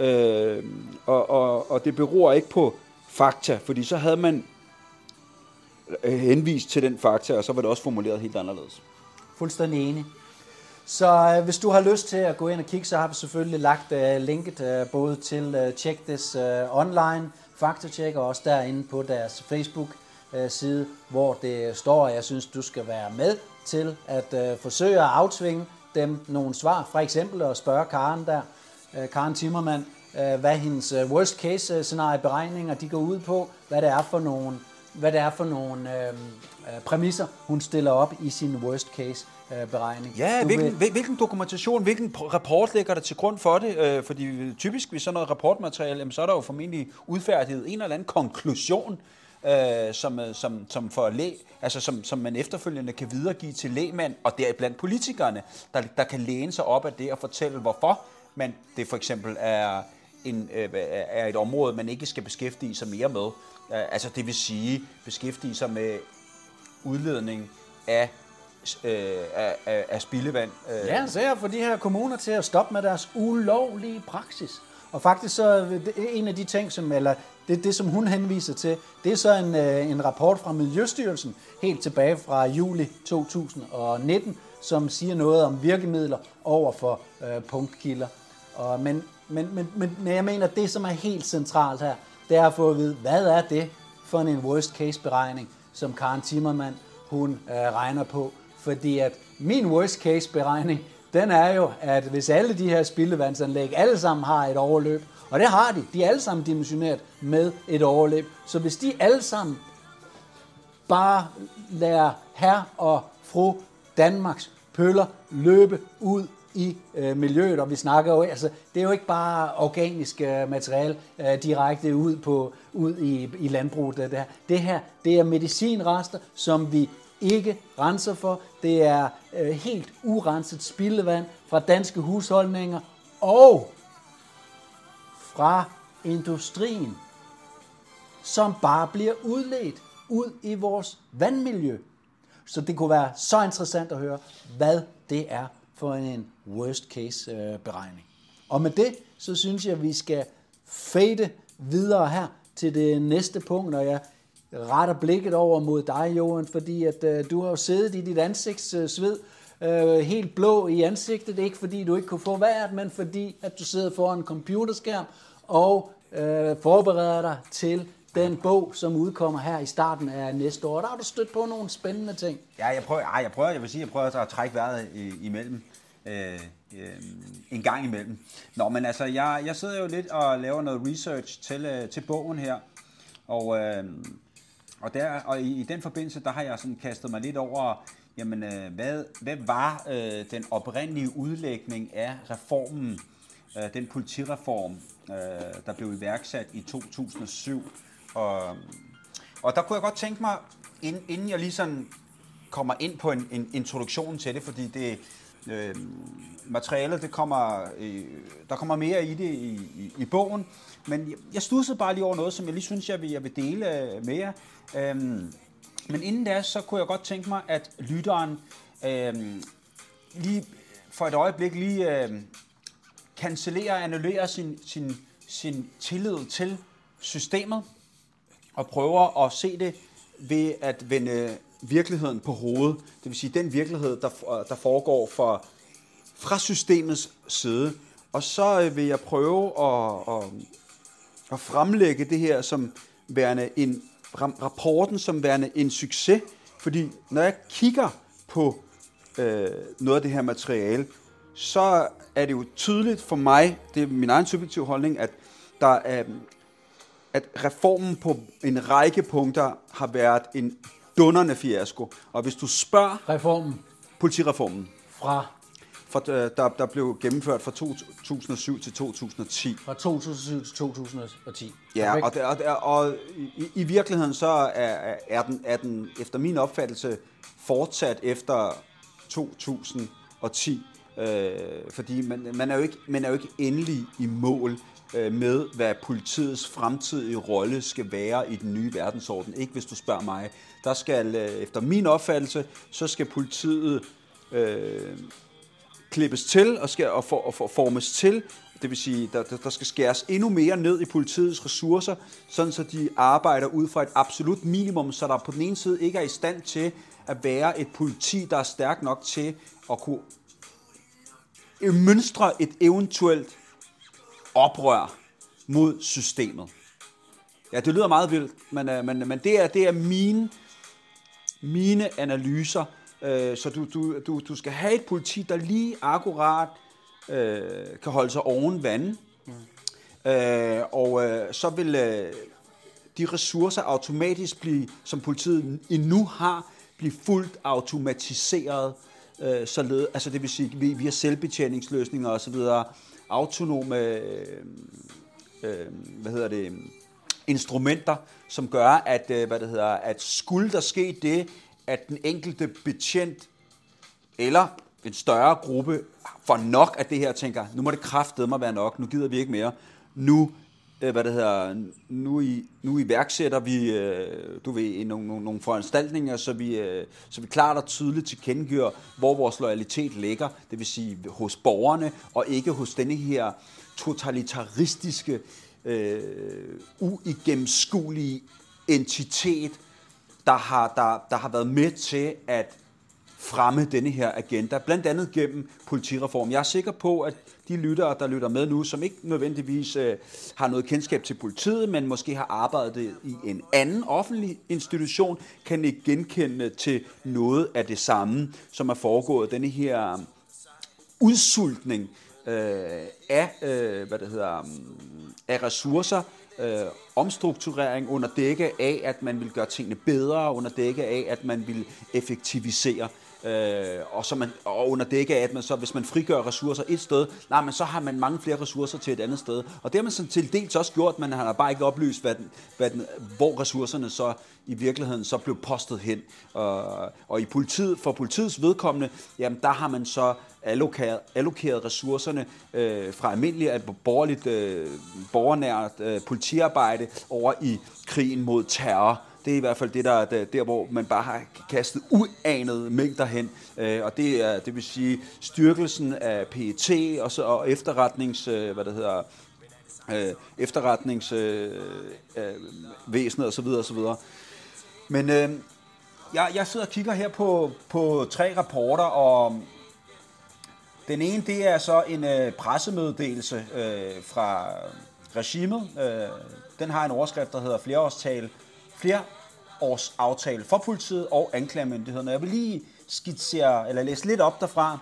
og det beror ikke på fakta, fordi så havde man henvist til den fakta, og så var det også formuleret helt anderledes. Fuldstændig enig. Så hvis du har lyst til at gå ind og kigge, så har vi selvfølgelig lagt linket både til Check This online, faktacheck, og også derinde på deres Facebook-side, hvor det står, at jeg synes, du skal være med til at forsøge at aftvinge dem nogle svar. For eksempel at spørge Karen Timmermann, hvad hendes worst case scenarieberegninger de går ud på, hvad det er for nogle præmisser, hun stiller op i sin worst case beregning. Ja, hvilken dokumentation, hvilken rapport ligger der til grund for det? Fordi typisk ved sådan noget rapportmateriale, så er der jo formentlig udfærdiget en eller anden konklusion, som man efterfølgende kan videregive til lægmand, og deriblandt politikerne, der kan læne sig op af det og fortælle, hvorfor det for eksempel er et område, man ikke skal beskæftige sig mere med. Altså det vil sige, beskæftige sig med udledning af spildevand. Ja, så jeg får de her kommuner til at stoppe med deres ulovlige praksis. Og faktisk så en af de ting, det som hun henviser til, det er så en rapport fra Miljøstyrelsen, helt tilbage fra juli 2019, som siger noget om virkemidler over for punktkilder. Men jeg mener, at det, som er helt centralt her, det er at få at vide, hvad er det for en worst case beregning, som Karen Timmermann, hun regner på. Fordi at min worst case beregning, den er jo, at hvis alle de her spildevandsanlæg alle sammen har et overløb, og det har de er alle sammen dimensioneret med et overløb, så hvis de alle sammen bare lader herre og fru Danmarks pøller løbe ud i miljøet, og vi snakker jo, altså det er jo ikke bare organisk materiale direkte ud i landbruget. Det her, det er medicinrester, som vi ikke renser for. Det er helt urenset spildevand fra danske husholdninger og fra industrien, som bare bliver udledt ud i vores vandmiljø. Så det kunne være så interessant at høre, hvad det er for en worst case beregning. Og med det, så synes jeg, at vi skal fade videre her til det næste punkt, og jeg retter blikket over mod dig, Johan, fordi at du har jo siddet i dit ansigtssved, helt blå i ansigtet. Det er ikke fordi, du ikke kunne få vejret, men fordi at du sidder foran en computerskærm og forbereder dig til den bog, som udkommer her i starten af næste år. Der har du stødt på nogle spændende ting. Ja, jeg prøver at trække vejret imellem. En gang imellem. Nå, men altså, jeg sidder jo lidt og laver noget research til bogen her, og i den forbindelse, der har jeg sådan kastet mig lidt over, jamen, hvad var den oprindelige udlægning af reformen, den politireform, der blev iværksat i 2007. Og der kunne jeg godt tænke mig, inden jeg lige sådan kommer ind på en introduktion til det, fordi det materialet, der kommer mere i det i bogen, men jeg studsede bare lige over noget, som jeg lige synes, jeg vil dele med jer. Men inden da, så kunne jeg godt tænke mig, at lytteren lige for et øjeblik lige cancellerer og annullerer sin tillid til systemet, og prøver at se det ved at vende virkeligheden på hovedet. Det vil sige den virkelighed, der foregår fra systemets side. Og så vil jeg prøve at fremlægge det her som værende rapporten som værende en succes. Fordi når jeg kigger på noget af det her materiale, så er det jo tydeligt for mig, det er min egen subjektive holdning, at at reformen på en række punkter har været en dundrende fiasko. Og hvis du spørger... Politireformen. Der blev gennemført fra 2007 til 2010. Fra 2007 til 2010. Ja, og i virkeligheden så er den efter min opfattelse fortsat efter 2010. Fordi man er jo ikke endelig i mål med, hvad politiets fremtidige rolle skal være i den nye verdensorden. Ikke hvis du spørger mig. Der skal, efter min opfattelse, så skal politiet klippes til og formes til. Det vil sige, der skal skæres endnu mere ned i politiets ressourcer, sådan så de arbejder ud fra et absolut minimum, så der på den ene side ikke er i stand til at være et politi, der er stærkt nok til at kunne mønstre et eventuelt oprør mod systemet. Ja, det lyder meget vildt, men det er mine analyser. Så du skal have et politi, der lige akkurat kan holde sig oven vande. Så vil de ressourcer automatisk blive, som politiet endnu har, blive fuldt automatiseret. Altså det vil sige via selvbetjeningsløsninger osv., autonome instrumenter, som gør, at skulle der ske det, at den enkelte betjent eller en større gruppe får nok af det her, tænker, nu må det kraftedeme være nok, nu gider vi ikke mere, nu nu iværksætter vi nogle foranstaltninger, så vi klart og tydeligt tilkendegiver, hvor vores loyalitet ligger, det vil sige hos borgerne, og ikke hos denne her totalitaristiske, uigennemskuelige entitet, der har været med til at fremme denne her agenda, blandt andet gennem politireform. Jeg er sikker på, at de lyttere, der lytter med nu, som ikke nødvendigvis har noget kendskab til politiet, men måske har arbejdet i en anden offentlig institution, kan ikke genkende til noget af det samme, som er foregået. Denne her udsultning af ressourcer, omstrukturering under dække af, at man vil gøre tingene bedre, under dække af, at man vil effektivisere, og under dække af, at man så, hvis man frigør ressourcer et sted, men så har man mange flere ressourcer til et andet sted. Og det har man sådan til dels også gjort, men han har bare ikke oplyst, hvor ressourcerne så i virkeligheden så blev postet hen. Og for politiets vedkommende, jamen der har man så allokeret ressourcerne fra almindeligt borgernært politiarbejde over i krigen mod terror. Det er i hvert fald det, der hvor man bare har kastet uanede mængder hen. Og det vil sige styrkelsen af PET og efterretningsvæsenet osv. osv. Men jeg sidder og kigger her på 3 rapporter, og den ene, det er så en pressemeddelelse fra regimet. Den har en overskrift, der hedder flereårsaftale for politiet og anklagemyndigheden. Jeg vil lige læse lidt op derfra,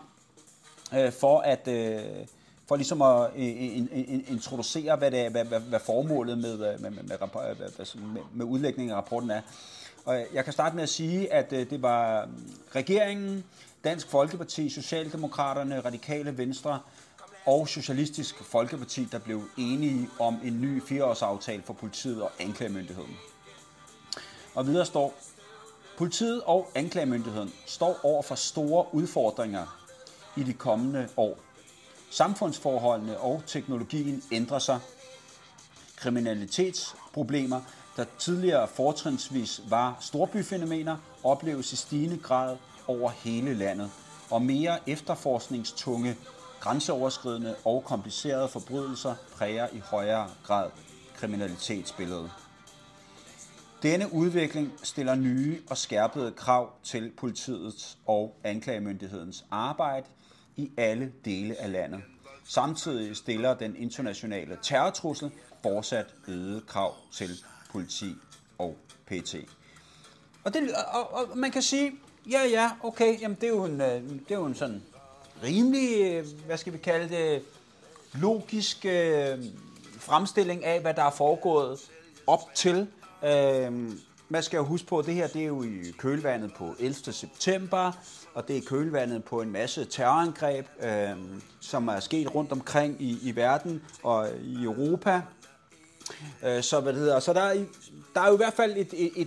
for ligesom at introducere, hvad formålet med udlægningen af rapporten er. Og jeg kan starte med at sige, at det var regeringen, Dansk Folkeparti, Socialdemokraterne, Radikale Venstre og Socialistisk Folkeparti, der blev enige om en ny 4-årsaftale for politiet og anklagemyndigheden. Og videre står, politiet og anklagemyndigheden står over for store udfordringer i de kommende år. Samfundsforholdene og teknologien ændrer sig. Kriminalitetsproblemer, der tidligere fortrinsvis var storbyfænomener, opleves i stigende grad over hele landet, og mere efterforskningstunge, grænseoverskridende og komplicerede forbrydelser præger i højere grad kriminalitetsbilledet. Denne udvikling stiller nye og skærpede krav til politiets og anklagemyndighedens arbejde i alle dele af landet. Samtidig stiller den internationale terrortrussel fortsat øgede krav til politi og PET. Og man kan sige, okay, jamen det er jo en sådan rimelig, hvad skal vi kalde det, logisk fremstilling af, hvad der er foregået op til. Man skal jo huske på, at det her det er jo i kølvandet på 11. september, og det er kølvandet på en masse terrorangreb, som er sket rundt omkring i verden og i Europa. Så der er jo i hvert fald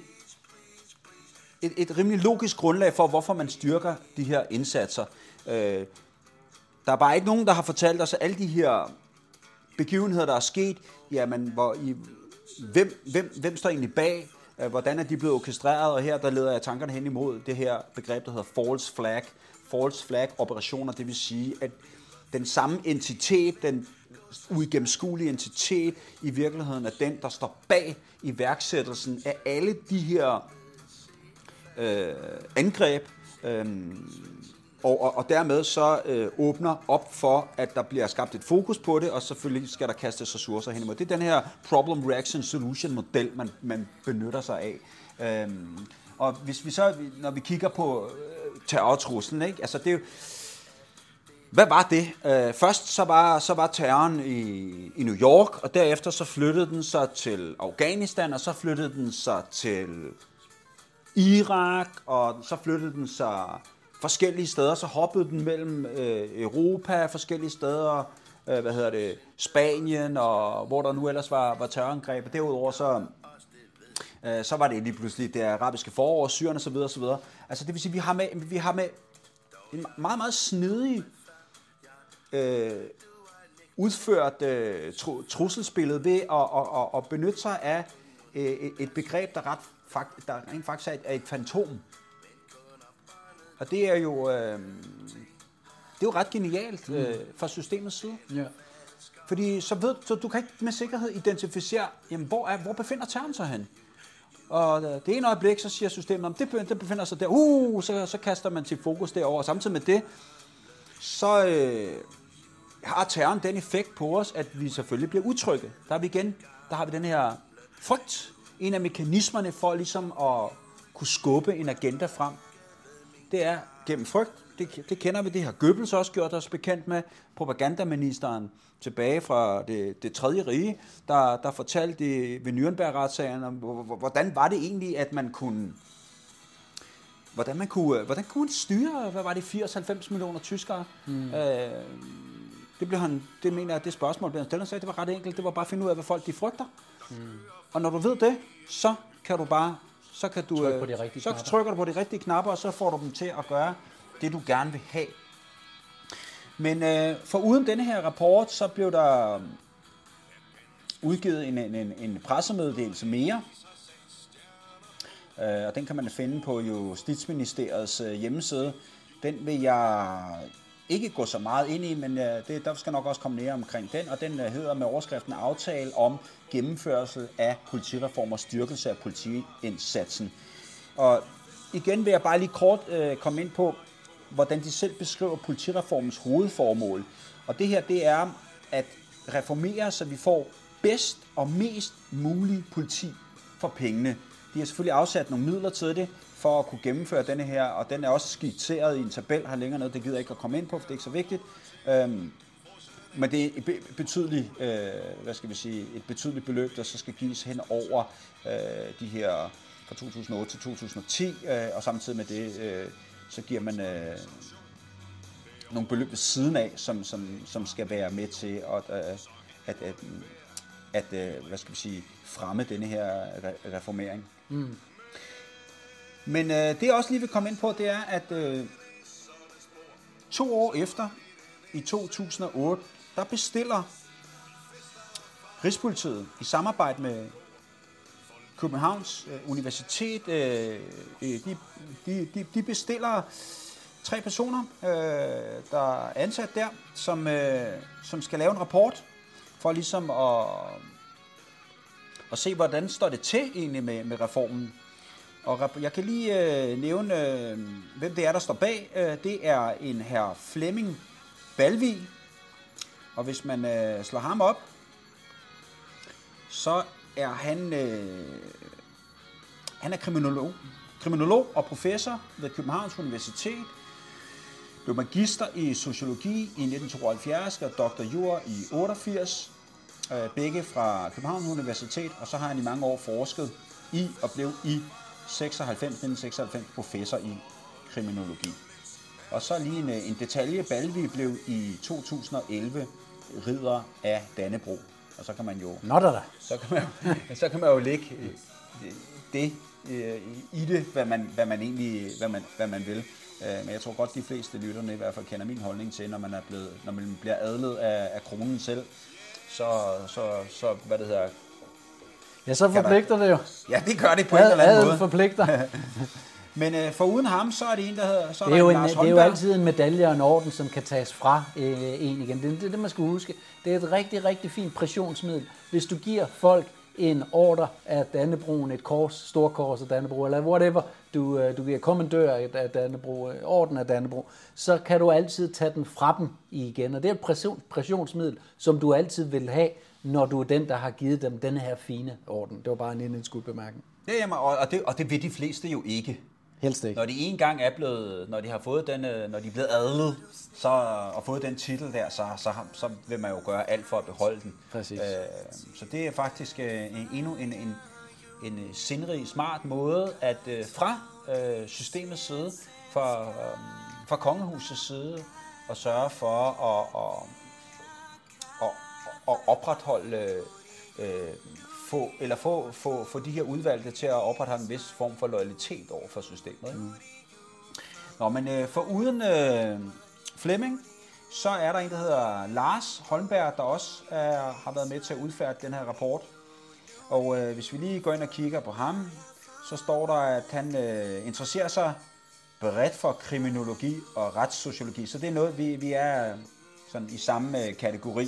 et rimelig logisk grundlag for, hvorfor man styrker de her indsatser. Der er bare ikke nogen, der har fortalt os, at alle de her begivenheder, der er sket, jamen, hvem står egentlig bag? Hvordan er de blevet orkestreret? Og her der leder jeg tankerne hen imod det her begreb, der hedder false flag. False flag operationer, det vil sige, at den samme entitet, den uigennemskuelige entitet, i virkeligheden er den, der står bag iværksættelsen af alle de her angreb, og dermed så åbner op for, at der bliver skabt et fokus på det, og selvfølgelig skal der kastes ressourcer hen imod. Det er den her problem reaction solution model, man benytter sig af. Og hvis vi så, når vi kigger på terrortruslen, ikke? Altså det er jo, hvad var det? Først så var terroren i New York, og derefter så flyttede den sig til Afghanistan, og så flyttede den sig til Irak, og så flyttede den sig forskellige steder, så hoppede den mellem Europa, forskellige steder, Spanien, og hvor der nu ellers var terrorangreb. Og derudover så var det lige pludselig det arabiske forår, Syrien og så videre, så videre. Altså det vil sige, vi har med en meget, meget snedig udført trusselsbillede ved at benytte sig af et begreb, der rent faktisk er et fantom. Og det er jo ret genialt fra systemets side. Ja. Fordi så du kan ikke med sikkerhed identificere, jamen, hvor befinder terroren sig hen? Og det ene øjeblik, så siger systemet, om det befinder sig der, så kaster man sit fokus derover. Og samtidig med det, så har terroren den effekt på os, at vi selvfølgelig bliver utrygge. Der har vi den her frygt. En af mekanismerne for ligesom at kunne skubbe en agenda frem, det er gennem frygt. Det kender vi, det har Goebbels også gjort os bekendt med. Propagandaministeren tilbage fra det tredje rige, der fortalte ved Nürnberg-retssagen om, hvordan var det egentlig, at man kunne... Hvordan kunne man styre, hvad var det, 80-90 millioner tyskere? Det mener jeg, det spørgsmål blev han stillet, og sagde, det var ret enkelt. Det var bare at finde ud af, hvad folk de frygter. Og når du ved det, så kan du bare... Så trykker du på de rigtige knapper, og så får du dem til at gøre det, du gerne vil have. Men foruden denne her rapport, så blev der udgivet en pressemeddelelse mere. Og den kan man finde på Justitsministeriets hjemmeside. Den vil jeg ikke gå så meget ind i, men der skal nok også komme mere omkring den. Og den hedder med overskriften Aftale om gennemførelse af politireform og styrkelse af politiindsatsen. Og igen vil jeg bare lige kort komme ind på, hvordan de selv beskriver politireformens hovedformål. Og det her, det er at reformere, så vi får bedst og mest mulig politi for pengene. De har selvfølgelig afsat nogle midler til det, for at kunne gennemføre denne her, og den er også skitseret i en tabel her længere nede. Det gider jeg ikke at komme ind på, for det er ikke så vigtigt. Men det er et betydeligt, et betydeligt beløb, der så skal gives hen over de her fra 2008 til 2010, og samtidig med det, så giver man nogle beløb ved siden af, som skal være med til at fremme denne her reformering. Men det jeg også lige vil komme ind på, det er, at 2 år efter, i 2008, der bestiller Rigspolitiet i samarbejde med Københavns Universitet, de bestiller 3 personer, der er ansat der, som skal lave en rapport for ligesom at se, hvordan står det til egentlig med reformen. Og jeg kan lige nævne, hvem det er, der står bag. Det er en herr Flemming Balvig. Og hvis man slår ham op, så er han er kriminolog og professor ved Københavns Universitet. Blev magister i sociologi i 1972 og doktor jur i 88. Begge fra Københavns Universitet. Og så har han i mange år forsket i og blev i 1996 professor i kriminologi. Og så lige en detalje. Balvig blev i 2011 ridder af Dannebrog. Og så kan man jo... Så kan man jo lægge det i det, hvad man vil. Men jeg tror godt, de fleste lytterne i hvert fald kender min holdning til, når man bliver adlet af kronen selv, så hvad det hedder... Ja, så forpligter det jo. Ja, det gør det på en eller anden måde. Forpligter. Men foruden ham, så er det en, der hedder... Så det er jo altid en medalje og en orden, som kan tages fra en igen. Det er det, man skal huske. Det er et rigtig, rigtig fint pressionsmiddel. Hvis du giver folk en ordre af Dannebrogen, et kors, storkors af Dannebro, eller whatever, du giver kommandør af Dannebro, orden af Dannebro, så kan du altid tage den fra dem igen. Og det er et pressionsmiddel, som du altid vil have, når du er den, der har givet dem denne her fine orden. Det var bare en indskudt bemærkning. Ja, jamen, og det vil de fleste jo ikke. Helst ikke. Når de en gang er blevet, når de har fået den, når de er blevet adlet, og fået den titel der, så vil man jo gøre alt for at beholde den. Præcis. Så det er faktisk endnu en sindrig, smart måde at fra systemets side, fra kongehusets side, at sørge for at opretholde få de her udvalgte til at opretholde en vis form for loyalitet over for systemet. Nå, men foruden Flemming, Så er der en, der hedder Lars Holmberg, der også har været med til at udfærdige den her rapport. Og hvis vi lige går ind og kigger på ham, så står der, at han interesserer sig bredt for kriminologi og retssociologi. Så det er noget, vi er sådan i samme kategori.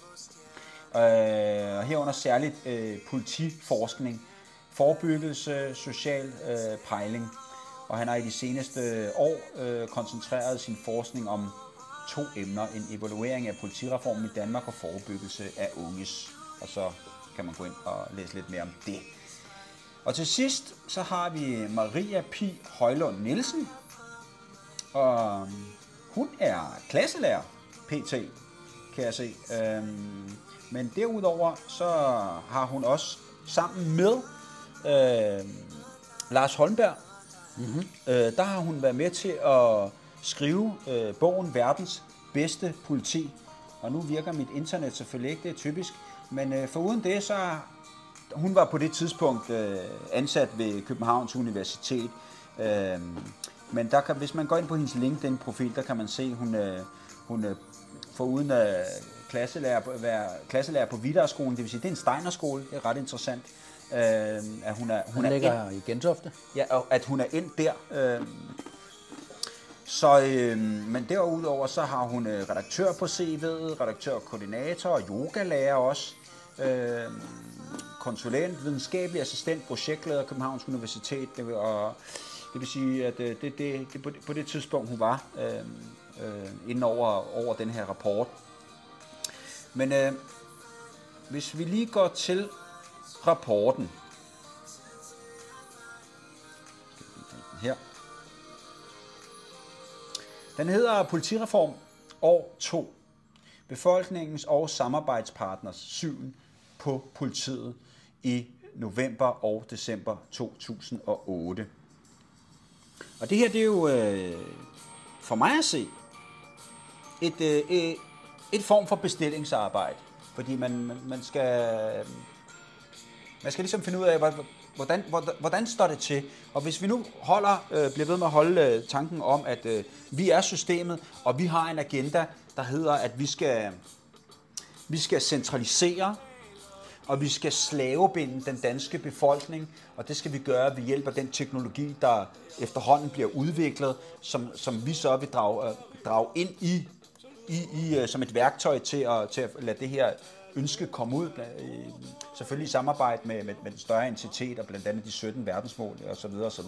Og herunder særligt politiforskning, forebyggelse, social pejling. Og han har i de seneste år koncentreret sin forskning om 2 emner. En evaluering af politireformen i Danmark og forebyggelse af unges. Og så kan man gå ind og læse lidt mere om det. Og til sidst så har vi Maria Pi Højlund Nielsen. Og hun er klasselærer, PT, kan jeg se. Men derudover så har hun også sammen med Lars Holmberg, der har hun været med til at skrive bogen Verdens bedste politi. Og nu virker mit internet selvfølgelig ikke, det er typisk. Men foruden det, så hun var på det tidspunkt ansat ved Københavns Universitet. Men der kan, hvis man går ind på hendes LinkedIn-profil, der kan man se, hun foruden klasselærer på Vidarskolen, det vil sige, det er en Steinerskole, det er ret interessant. At hun ligger i Gentofte. Ja, og at hun er endt der. Men derudover så har hun redaktør på CV'et, redaktør og koordinator og yogalærer også. Konsulent, videnskabelig assistent, projektleder Københavns Universitet. Og det vil sige, at det på det tidspunkt, hun var inden over den her rapport. Men hvis vi lige går til rapporten. Her. Den hedder Politireform år 2. Befolkningens og samarbejdspartners syn på politiet i november og december 2008. Og det her, det er jo for mig at se et form for bestillingsarbejde, fordi man skal ligesom finde ud af, hvordan står det til. Og hvis vi nu bliver ved med at holde tanken om, at vi er systemet, og vi har en agenda, der hedder, at vi skal centralisere, og vi skal slavebinde den danske befolkning, og det skal vi gøre ved hjælp af den teknologi, der efterhånden bliver udviklet, som vi så vil drage ind i som et værktøj til at lade det her ønske komme ud, selvfølgelig i samarbejde med den større entitet, og blandt andet de 17 verdensmål osv. osv.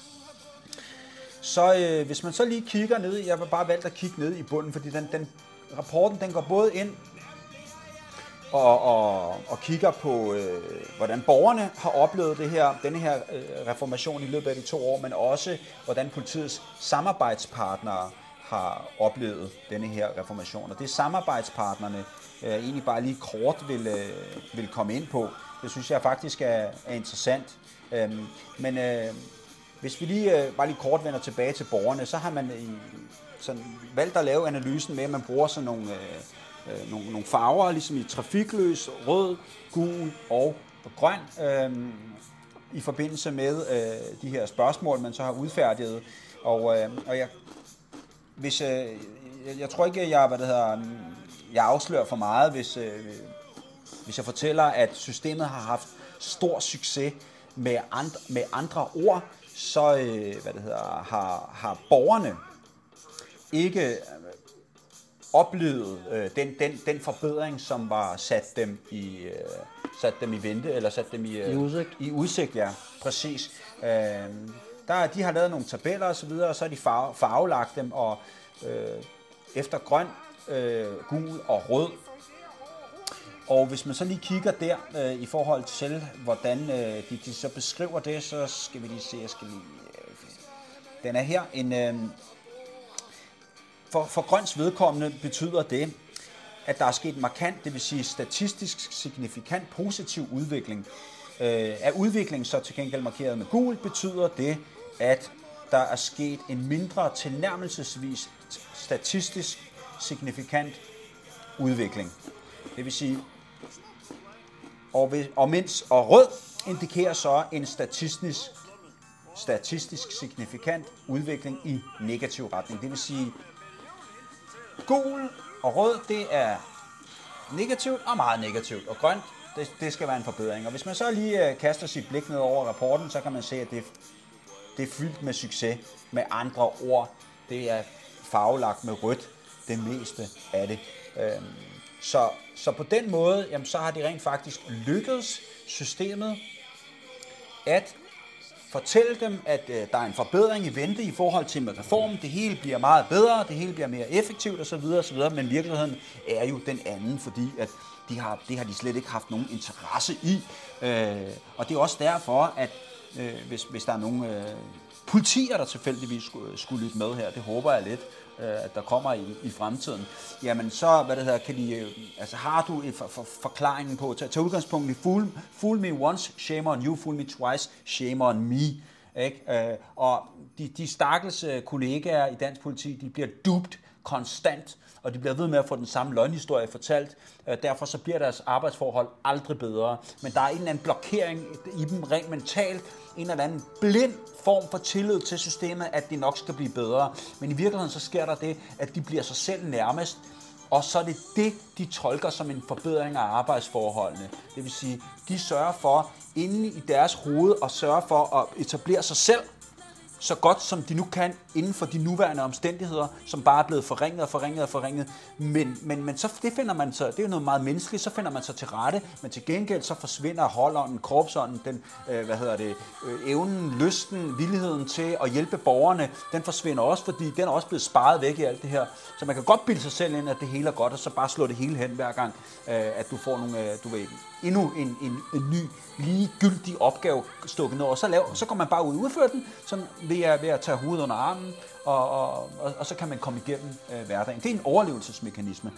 Så hvis man så lige kigger ned, jeg har bare valgt at kigge ned i bunden, fordi rapporten den går både ind og kigger på, hvordan borgerne har oplevet denne her reformation i løbet af de 2 år, men også hvordan politiets samarbejdspartnere har oplevet denne her reformation. Og det samarbejdspartnerne egentlig bare lige kort vil komme ind på, det synes jeg faktisk er interessant. Men hvis vi bare lige kort vender tilbage til borgerne, så har man sådan valgt at lave analysen med, at man bruger sådan nogle farver, ligesom i trafikløs, rød, gul og grøn, i forbindelse med de her spørgsmål, man så har udfærdiget. Og jeg tror ikke, jeg afslører for meget, hvis jeg fortæller, at systemet har haft stor succes med andre ord, så har borgerne ikke oplevet den forbedring, som var sat dem i vente, eller sat dem i udsigt, ja, præcis. De har lavet nogle tabeller og så videre, og så har de farvelagt dem, og efter grøn, gul og rød. Og hvis man så lige kigger der i forhold til, hvordan de så beskriver det, så skal vi lige se, den er her. For grøns vedkommende betyder det, at der er sket markant, det vil sige statistisk signifikant positiv udvikling. Er udviklingen så til gengæld markeret med gul, betyder det, at der er sket en mindre tilnærmelsesvis statistisk signifikant udvikling. Det vil sige, og rød indikerer så en statistisk signifikant udvikling i negativ retning. Det vil sige, gul og rød, det er negativt og meget negativt. Og grønt, det skal være en forbedring. Og hvis man så lige kaster sit blik ned over rapporten, så kan man se, at det er fyldt med succes. Med andre ord, det er farvelagt med rødt, det meste af det. Så på den måde, jamen, så har de rent faktisk lykkedes systemet at fortælle dem, at der er en forbedring i vente i forhold til med reformen. Det hele bliver meget bedre, det hele bliver mere effektivt osv. Men virkeligheden er jo den anden, fordi at det har de slet ikke haft nogen interesse i. Og det er også derfor, at hvis der er nogle politier, der tilfældigvis skulle lytte med her, det håber jeg lidt, at der kommer i fremtiden, jamen så, kan de, altså har du et forklaringen på, tage udgangspunkt i fool me once, shame on you, fool me twice, shame on me, ikke? Og de stakkels kollegaer i dansk politi, de bliver dupet konstant, og de bliver ved med at få den samme løgnhistorie fortalt. Derfor så bliver deres arbejdsforhold aldrig bedre. Men der er en eller anden blokering i dem rent mentalt, en eller anden blind form for tillid til systemet, at det nok skal blive bedre. Men i virkeligheden så sker der det, at de bliver sig selv nærmest, og så er det, de tolker som en forbedring af arbejdsforholdene. Det vil sige, de sørger for inde i deres hoved at sørge for at etablere sig selv så godt som de nu kan inden for de nuværende omstændigheder, som bare er blevet forringet. Men så det finder man så, det er jo noget meget menneskeligt, så finder man sig til rette, men til gengæld så forsvinder holdånden, korpsånden, den, evnen, lysten, villigheden til at hjælpe borgerne, den forsvinder også, fordi den er også blevet sparet væk i alt det her. Så man kan godt bilde sig selv ind, at det hele er godt, og så bare slå det hele hen hver gang, at du får nogle, endnu en ny, ligegyldig opgave stukket ned, og så går man bare ud og udfører den, sådan ved at tage hovedet under armen, og så kan man komme igennem hverdagen. Det er en overlevelsesmekanisme.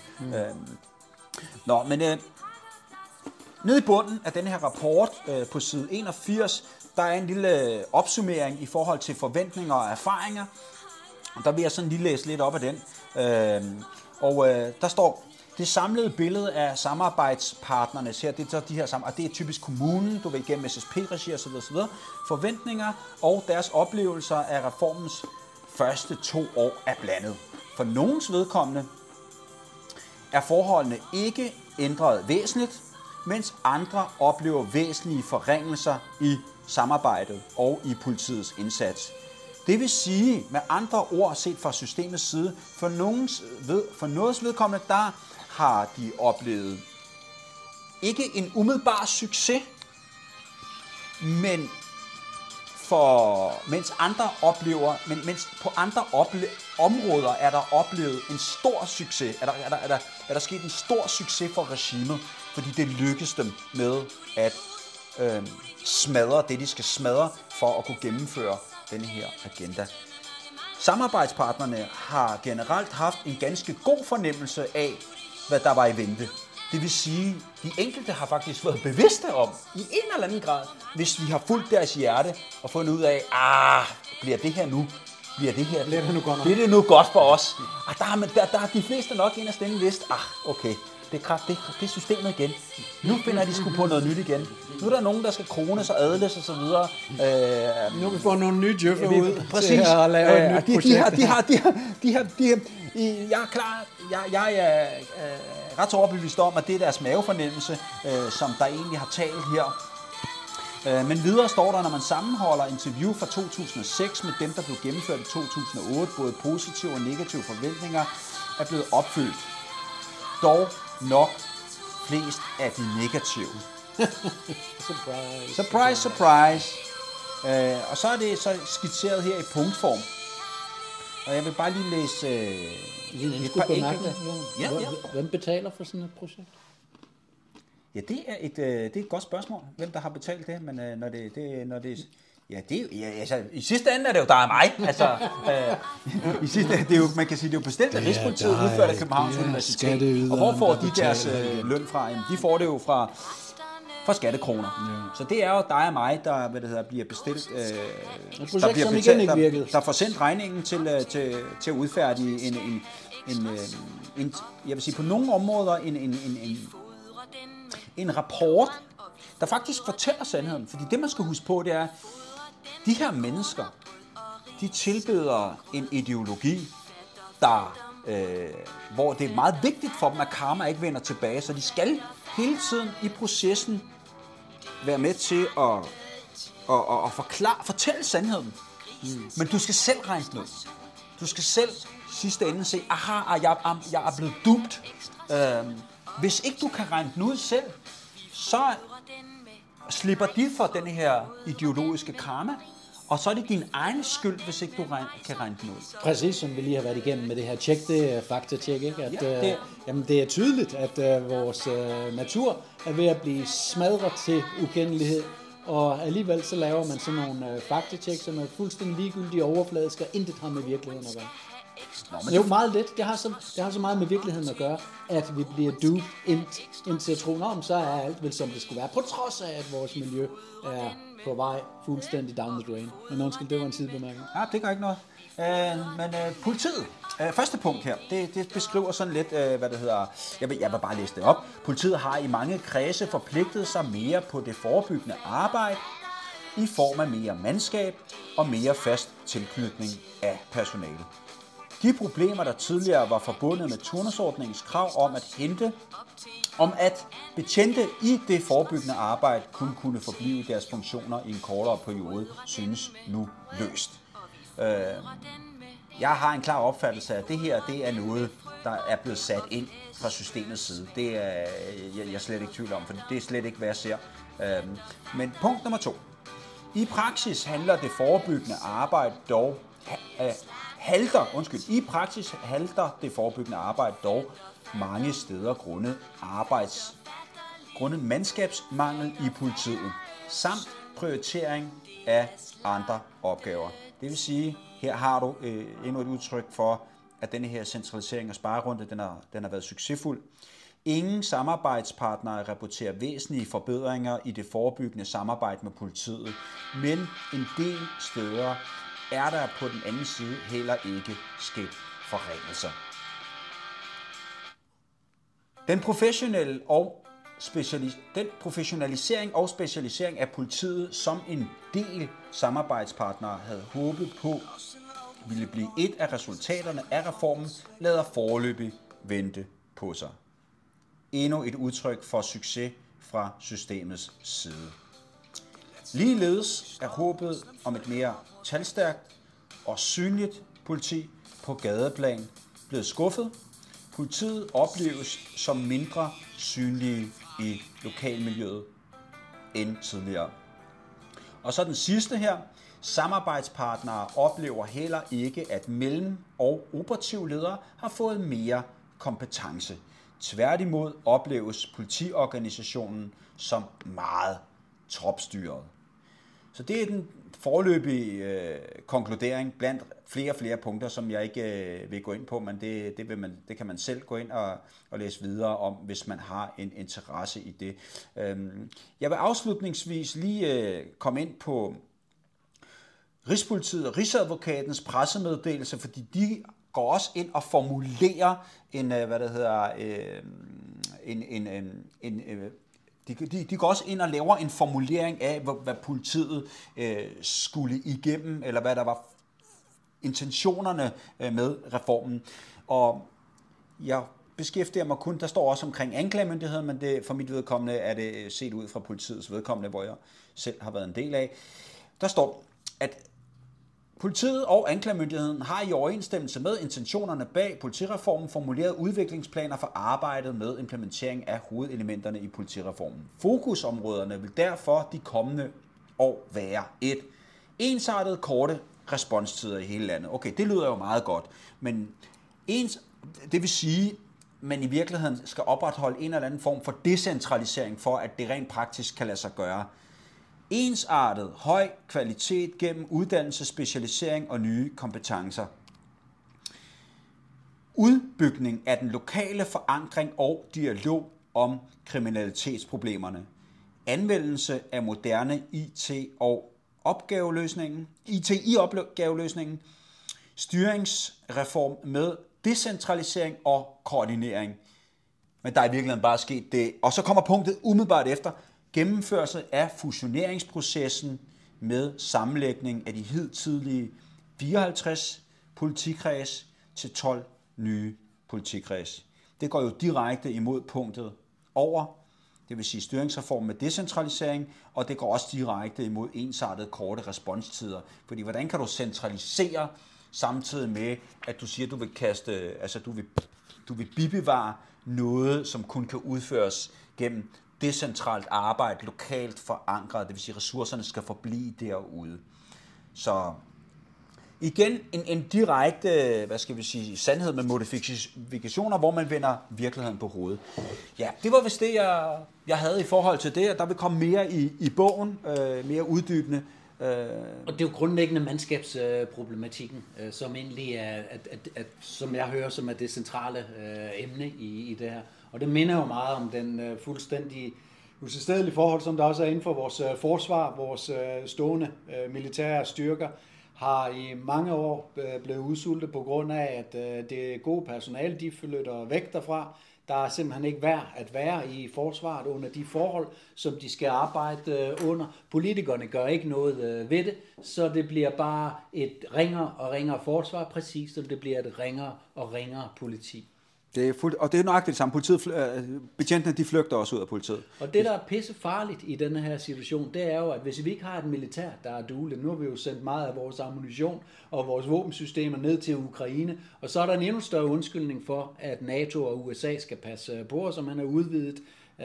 Nede i bunden af den her rapport, på side 81, der er en lille opsummering i forhold til forventninger og erfaringer. Der vil jeg sådan lige læse lidt op af den. Der står: det samlede billede af samarbejdspartnernes her, det er så de her og det er typisk kommunen, du vil igennem SSP-regi osv., forventninger og deres oplevelser af reformens første 2 år er blandet. For nogens vedkommende er forholdene ikke ændret væsentligt, mens andre oplever væsentlige forringelser i samarbejdet og i politiets indsats. Det vil sige, med andre ord set fra systemets side, for nogens vedkommende, der har de oplevet ikke en umiddelbar succes, men mens på andre områder er der oplevet en stor succes, er der sket en stor succes for regimet, fordi det lykkes dem med at smadre det, de skal smadre for at kunne gennemføre denne her agenda. Samarbejdspartnerne har generelt haft en ganske god fornemmelse af, hvad der var i vente. Det vil sige, de enkelte har faktisk været bevidste om, i en eller anden grad, hvis vi har fulgt deres hjerte og fundet ud af, bliver det her nu? Bliver det nu godt for os? Der har de fleste nok en af stemme vidst, okay, det er systemet igen. Nu finder de sgu på noget nyt igen. Nu er der nogen, der skal krones og adles og så videre. Nu vi får nogle nye djøffer ud præcis, til at lave et nyt projekt. Jeg er klar. Jeg er ret overbevist om, at det er deres mavefornemmelse, som der egentlig har talt her. Men videre står der, når man sammenholder interview fra 2006 med dem, der blev gennemført i 2008, både positive og negative forventninger er blevet opfyldt. Dog nok flest af de negative. Surprise. Og så er det så skitseret her i punktform. Og jeg vil bare lige læse et par enkelte. Hvem betaler for sådan et projekt? Ja, det er et godt spørgsmål, hvem der har betalt det, men i sidste ende er det jo dig og mig. Altså, i sidste ende, det er jo, man kan sige, det er jo bestemt af Rigspolitiet udført af Københavns Universitet. Og hvor får de deres løn fra? Jamen, de får det jo fra skattekroner. Ja. Så det er jo dig og mig, der bliver bestilt. Der får sendt regningen til at udfærdige en jeg vil sige på nogle områder en rapport, der faktisk fortæller sandheden. Fordi det, man skal huske på, det er, de her mennesker, de tilbeder en ideologi, der hvor det er meget vigtigt for dem, at karma ikke vender tilbage, så de skal hele tiden i processen være med til at fortælle sandheden. Men du skal selv regne den ud. Du skal selv sidste ende se, jeg er blevet dumt. Hvis ikke du kan regne den ud selv, så slipper de for den her ideologiske karma, og så er det din egen skyld, hvis ikke du kan regne den ud. Præcis, som vi lige har været igennem med det her tjek, det faktatjek, ikke? At, jamen, det er tydeligt, at vores natur er ved at blive smadret til ukendelighed, og alligevel så laver man sådan nogle faktatjek, som er fuldstændig ligegyldige overfladiske, og intet har med virkeligheden at gøre. Men det er jo meget let. Det har så meget med virkeligheden at gøre, at vi bliver duped indtil at tro, så er alt vel som det skulle være, på trods af, at vores miljø er på vej fuldstændig down the drain. Men undskyld, det var en sidebemærkning. Ja, det gør ikke noget. Men politiet, første punkt her, det beskriver sådan lidt, hvad det hedder, jeg vil bare læse det op. Politiet har i mange kredse forpligtet sig mere på det forebyggende arbejde, i form af mere mandskab og mere fast tilknytning af personale. De problemer, der tidligere var forbundet med turnusordningens krav om at betjente i det forebyggende arbejde kun kunne forblive deres funktioner i en kortere periode, synes nu løst. Jeg har en klar opfattelse af, at det her det er noget, der er blevet sat ind fra systemets side. Det er jeg slet ikke i tvivl om, for det er slet ikke, hvad jeg ser. Men punkt nummer 2. I praksis handler det forebyggende arbejde dog I praksis halter det forebyggende arbejde dog mange steder grundet mandskabsmangel i politiet, samt prioritering af andre opgaver. Det vil sige, her har du endnu et udtryk for, at denne her centralisering og sparerunde, den har været succesfuld. Ingen samarbejdspartnere rapporterer væsentlige forbedringer i det forebyggende samarbejde med politiet, men en del steder er der på den anden side heller ikke sket forringelser. Den professionalisering og specialisering af politiet som en del samarbejdspartnere havde håbet på ville blive et af resultaterne af reformen, lader foreløbig vente på sig. Endnu et udtryk for succes fra systemets side. Ligeledes er håbet om et mere talstærkt og synligt politi på gadeplan blevet skuffet. Politiet opleves som mindre synlige i lokalmiljøet end tidligere. Og så den sidste her. Samarbejdspartnere oplever heller ikke, at mellem- og operativledere har fået mere kompetence. Tværtimod opleves politiorganisationen som meget topstyret. Så det er den foreløbige konkludering blandt flere punkter, som jeg ikke vil gå ind på, men det kan man selv gå ind og læse videre om, hvis man har en interesse i det. Jeg vil afslutningsvis lige komme ind på Rigspolitiet og Rigsadvokatens pressemeddelelse, fordi de går også ind og formulerer de går også ind og laver en formulering af, hvad politiet skulle igennem, eller hvad der var intentionerne med reformen. Og jeg beskæftiger mig kun, der står også omkring anklagemyndigheden, men det, for mit vedkommende er det set ud fra politiets vedkommende, hvor jeg selv har været en del af. Der står, at politiet og anklagemyndigheden har i overensstemmelse med intentionerne bag politireformen formuleret udviklingsplaner for arbejdet med implementering af hovedelementerne i politireformen. Fokusområderne vil derfor de kommende år være 1. Ensartede korte responstider i hele landet. Okay, det lyder jo meget godt, men det vil sige, at man i virkeligheden skal opretholde en eller anden form for decentralisering for, at det rent praktisk kan lade sig gøre. Ensartet, høj kvalitet gennem uddannelse, specialisering og nye kompetencer. Udbygning af den lokale forankring og dialog om kriminalitetsproblemerne. Anvendelse af moderne IT i opgaveløsningen. Styringsreform med decentralisering og koordinering. Men der er i virkeligheden bare sket det. Og så kommer punktet umiddelbart efter. Gennemførelse af fusioneringsprocessen med sammenlægning af de hidtidige 54 politikreds til 12 nye politikreds. Det går jo direkte imod punktet over, det vil sige styringsreform med decentralisering, og det går også direkte imod ensartede korte responstider. Fordi hvordan kan du centralisere samtidig med, at du siger, at du vil du vil bibevare noget, som kun kan udføres gennem decentralt arbejde, lokalt forankret, det vil sige, at ressourcerne skal forblive derude. Så igen en direkte, sandhed med modifikationer, hvor man vender virkeligheden på hovedet. Ja, det var vist det, jeg havde i forhold til det, og der vil komme mere i bogen, mere uddybende. Og det er jo grundlæggende mandskabsproblematikken, som egentlig er, som jeg hører, som er det centrale emne i det her. Og det minder jo meget om den fuldstændig utilstedelige forhold, som der også er inden for vores forsvar, vores stående militære styrker, har i mange år blevet udsultet på grund af, at det gode personale, de flytter væk derfra. Der er simpelthen ikke værd at være i forsvaret under de forhold, som de skal arbejde under. Politikerne gør ikke noget ved det, så det bliver bare et ringere og ringere forsvar, præcis som det bliver et ringere og ringere politi. Det er og det er nøjagtigt det samme. Betjentene, de flygter også ud af politiet. Og det, der er pisse farligt i denne her situation, det er jo, at hvis vi ikke har et militær, der er dueligt, nu har vi jo sendt meget af vores ammunition og vores våbensystemer ned til Ukraine, og så er der en endnu større undskyldning for, at NATO og USA skal passe på os, og man har udvidet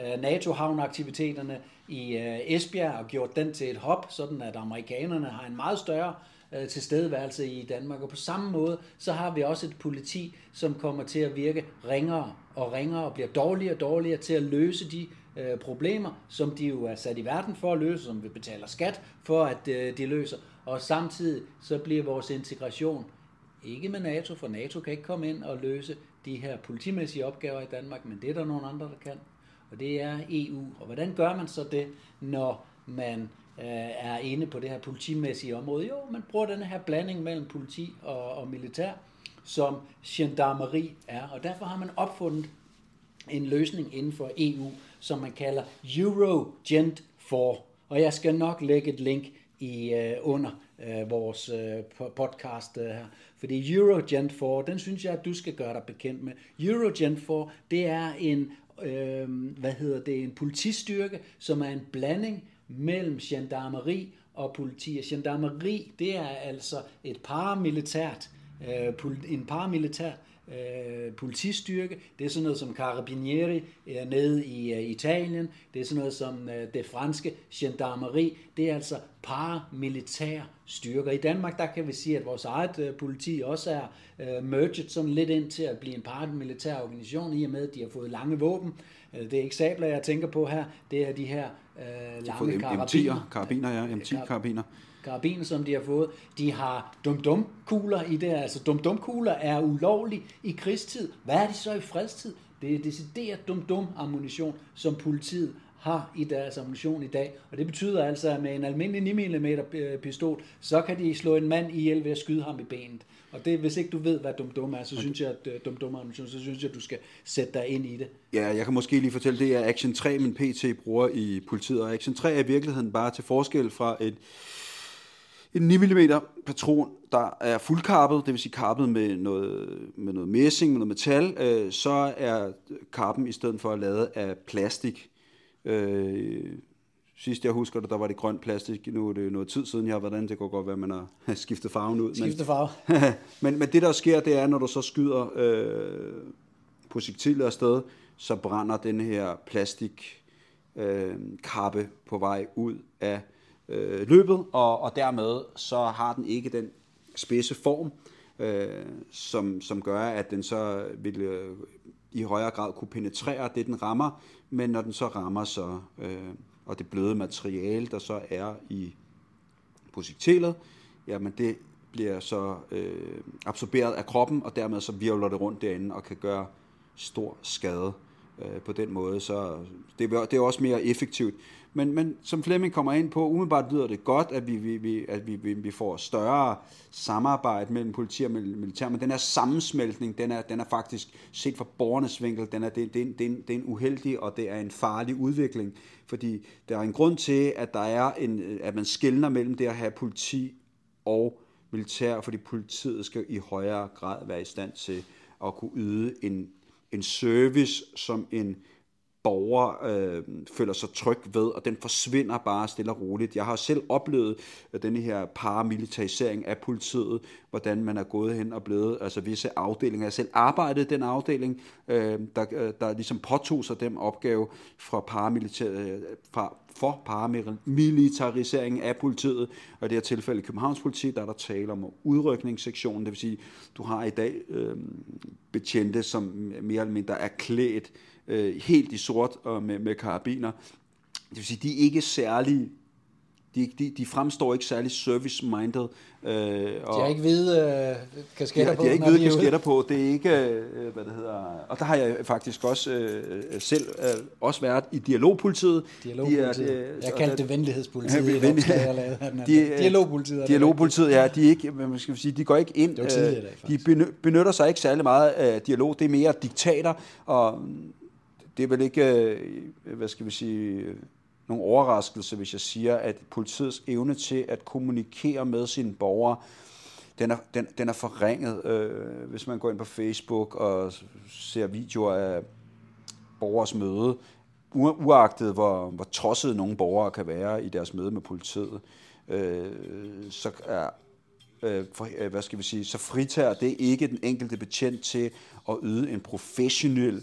NATO-havneaktiviteterne i Esbjerg og gjort den til et hub, sådan at amerikanerne har en meget større tilstedeværelse i Danmark, og på samme måde, så har vi også et politi, som kommer til at virke ringere og ringere, og bliver dårligere og dårligere til at løse de problemer, som de jo er sat i verden for at løse, som vi betaler skat for, at de løser, og samtidig så bliver vores integration ikke med NATO, for NATO kan ikke komme ind og løse de her politimæssige opgaver i Danmark, men det er der nogle andre, der kan, og det er EU. Og hvordan gør man så det, når man er inde på det her politimæssige område? Jo, man bruger den her blanding mellem politi og militær, som gendarmeri er, og derfor har man opfundet en løsning inden for EU, som man kalder Eurogent 4, og jeg skal nok lægge et link under vores podcast her, fordi Eurogent 4, den synes jeg, at du skal gøre dig bekendt med. Eurogent 4, det er en politistyrke, som er en blanding mellem gendarmeri og politi. Gendarmeri, det er altså en paramilitær politistyrke. Det er sådan noget som Carabinieri nede i Italien. Det er sådan noget som det franske gendarmeri. Det er altså paramilitære styrker. I Danmark, der kan vi sige, at vores eget politi også er merged sådan lidt ind til at blive en paramilitær organisation, i og med, at de har fået lange våben. Det er ikke sabler, jeg tænker på her. Det er de her lange karabiner, karabiner, som de har fået. De har dum-dum-kugler i det. Altså dum-dum-kugler er ulovlige i krigstid. Hvad er de så i fredstid? Det er decideret dum-dum-ammunition, som politiet har i deres ammunition i dag. Og det betyder altså, at med en almindelig 9 mm pistol, så kan de slå en mand ihjel ved at skyde ham i benet. Og det, hvis ikke du ved, hvad dum-dum er, så synes jeg, at dum-dum-ammunition, så synes jeg, at du skal sætte dig ind i det. Ja, jeg kan måske lige fortælle, det er Action 3, min PT bruger i politiet. Og Action 3 er i virkeligheden bare til forskel fra en 9 mm patron, der er fuldkarpet, det vil sige karpet med noget messing, med noget metal, så er karpen i stedet for lavet af plastik. Sidst jeg husker det, der var det grønt plastik. Nu er det noget tid siden, jeg har været derinde. Det går godt være, at man har skiftet farven ud. Men det, der sker, det er, når du så skyder projektiler afsted, så brænder den her plastikkappe på vej ud af løbet, og dermed så har den ikke den spidse form, som gør, at den så vil i højere grad kunne penetrere det, den rammer, men når den så rammer, så og det bløde materiale, der så er i projektilet, jamen det bliver så absorberet af kroppen, og dermed så virvler det rundt derinde og kan gøre stor skade på den måde. Så det er også mere effektivt. Men som Flemming kommer ind på, umiddelbart lyder det godt, at vi får større samarbejde mellem politi og militær, men den her sammensmeltning, den er faktisk set fra borgernes vinkel, det er en uheldig og det er en farlig udvikling, fordi der er en grund til, at at man skelner mellem det at have politi og militær, fordi politiet skal i højere grad være i stand til at kunne yde en service, som en borger føler sig tryg ved, og den forsvinder bare stille og roligt. Jeg har selv oplevet denne her paramilitarisering af politiet, hvordan man er gået hen og blevet, altså visse afdelinger. Jeg har selv arbejdet i den afdeling, der ligesom påtog sig den opgave for paramilitarisering af politiet, og i det her tilfælde i Københavns Politi, der er der tale om udrykningssektionen, det vil sige, du har i dag betjente, som mere eller mindre er klædt helt i sort og med karabiner. Det vil sige, de er ikke særlig, de fremstår ikke særlig service-minded. De har ikke hvide kasketter på. De har ikke hvide kasketter på. Det er ikke, hvad det hedder. Og der har jeg faktisk også selv også været i dialogpolitiet. Jeg kaldte det venlighedspolitiet. Dialogpolitiet. Dialogpolitiet, ja. De er ikke, man skal sige, de går ikke ind. De benytter sig ikke særlig meget af dialog. Det er mere diktater, og det er vel ikke, hvad skal vi sige, nogen overraskelse, hvis jeg siger, at politiets evne til at kommunikere med sine borgere, den er forringet. Hvis man går ind på Facebook og ser videoer af borgers møde, uagtet hvor trodsede nogle borgere kan være i deres møde med politiet, så hvad skal vi sige, så fritager det ikke den enkelte betjent til at yde en professionel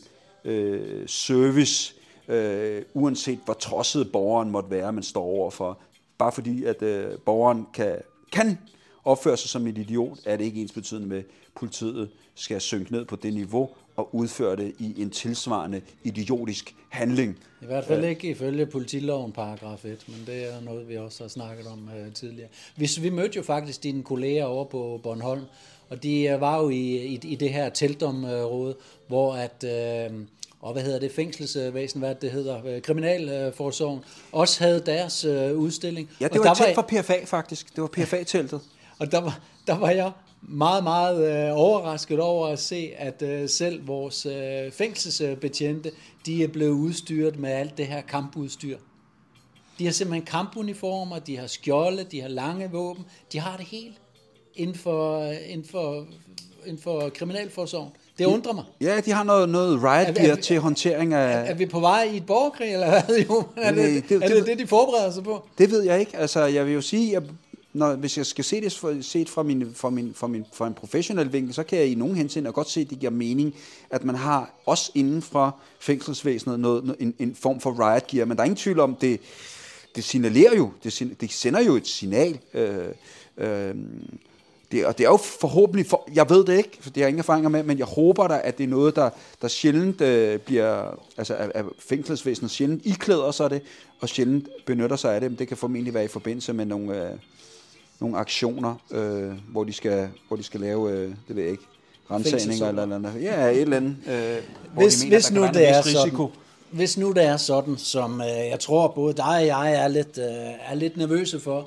service, uanset hvor trodset borgeren måtte være, man står overfor. Bare fordi, at borgeren kan opføre sig som en idiot, er det ikke ensbetydende med, at politiet skal synke ned på det niveau og udføre det i en tilsvarende idiotisk handling. I hvert fald ikke ifølge politiloven paragraf 1, men det er noget, vi også har snakket om tidligere. Vi mødte jo faktisk dine kolleger over på Bornholm, og de var jo i det her teltområde, hvor at og hvad hedder det, fængselsvæsen, hvad det hedder, kriminalforsorgen, også havde deres udstilling. Ja, det var et telt for PFA faktisk. Det var PFA-teltet. Og der var jeg meget, meget overrasket over at se, at selv vores fængselsbetjente, de er blevet udstyret med alt det her kampudstyr. De har simpelthen kampuniformer, de har skjolde, de har lange våben, de har det hele inden for kriminalforsorgen. Det undrer mig. Ja, de har noget riot gear til håndtering af... Er vi på vej i et borgerkrig, eller hvad? Jo, er det, de forbereder sig på? Det ved jeg ikke. Altså, jeg vil jo sige, hvis jeg skal se det set fra en professionel vinkel, så kan jeg i nogen henseende godt se, at det giver mening, at man har også inden for fængselsvæsenet en form for riot gear. Men der er ingen tvivl om, det signalerer jo, det sender jo et signal. Og det er jo forhåbentlig, jeg ved det ikke, for det har jeg ingen erfaringer med, men jeg håber da, at det er noget, der sjældent bliver, altså at fængselsvæsenet sjældent iklæder sig det, og sjældent benytter sig af det. Men det kan formentlig være i forbindelse med nogle aktioner, hvor de skal lave, det ved jeg ikke, rensagninger eller andet. Ja, et eller andet, hvor de mener, der kan være en vis risiko. Hvis nu det er sådan, som jeg tror både dig og jeg er lidt nervøse for,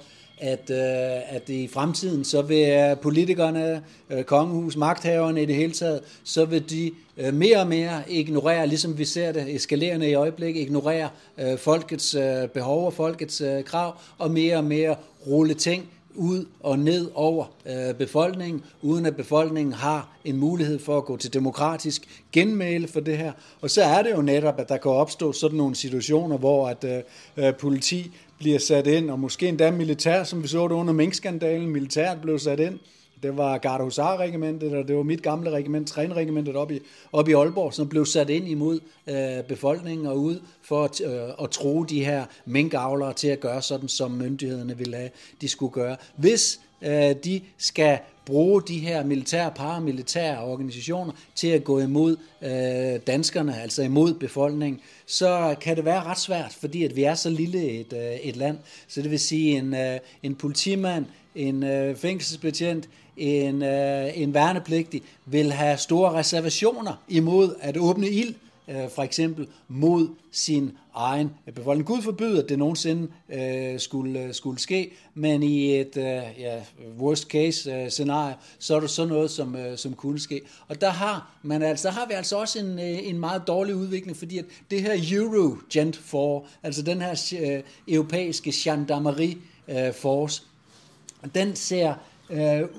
at i fremtiden, så vil politikerne, kongehus, magthaverne i det hele taget, så vil de mere og mere ignorere, ligesom vi ser det eskalerende i øjeblikket, ignorere folkets behov og folkets krav, og mere rulle ting ud og ned over befolkningen, uden at befolkningen har en mulighed for at gå til demokratisk genmæle for det her. Og så er det jo netop, at der kan opstå sådan nogle situationer, hvor at politi bliver sat ind, og måske endda militær, som vi så det under minkskandalen, militæret blev sat ind. Det var Gardehusar-regimentet, og det var mit gamle regiment, træneregimentet op i Aalborg, som blev sat ind imod befolkningen og ud for at true de her minkavlere til at gøre sådan, som myndighederne ville have, de skulle gøre. Hvis de skal bruge de her paramilitære organisationer til at gå imod danskerne, altså imod befolkningen, så kan det være ret svært, fordi at vi er så lille et land. Så det vil sige, en politimand, en fængselsbetjent, en værnepligtig vil have store reservationer imod at åbne ild, for eksempel mod sin egen befolkning. Gud forbyder, at det nogensinde skulle ske, men i et worst case scenarie, så er der sådan noget, som kunne ske. Og der har vi altså også en meget dårlig udvikling, fordi at det her Eurogent 4, altså den her europæiske gendarmerie force, den ser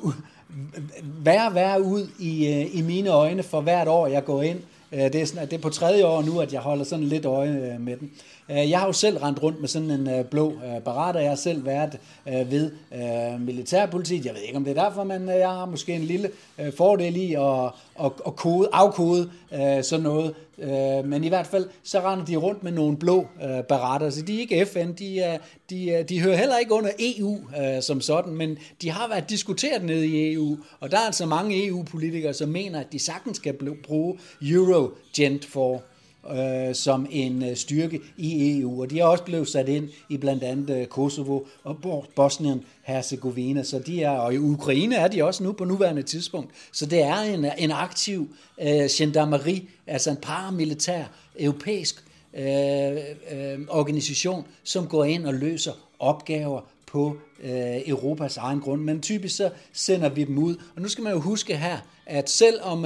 værre ud i mine øjne for hvert år, jeg går ind. Det er på 3. år nu, at jeg holder sådan lidt øje med den. Jeg har jo selv rendt rundt med sådan en blå barater. Jeg har selv været ved militærpolitiet. Jeg ved ikke, om det er derfor, men jeg har måske en lille fordel i at afkode sådan noget. Men i hvert fald, så render de rundt med nogle blå barater. Så de er ikke FN, de hører heller ikke under EU som sådan, men de har været diskuteret nede i EU. Og der er altså mange EU-politikere, som mener, at de sagtens skal bruge Eurogent for som en styrke i EU, og de er også blevet sat ind i blandt andet Kosovo og Bosnien-Herzegovina, så de er, og i Ukraine er de også nu på nuværende tidspunkt, så det er en aktiv gendarmerie, altså en paramilitær europæisk organisation, som går ind og løser opgaver på Europas egen grund, men typisk så sender vi dem ud, og nu skal man jo huske her, at selvom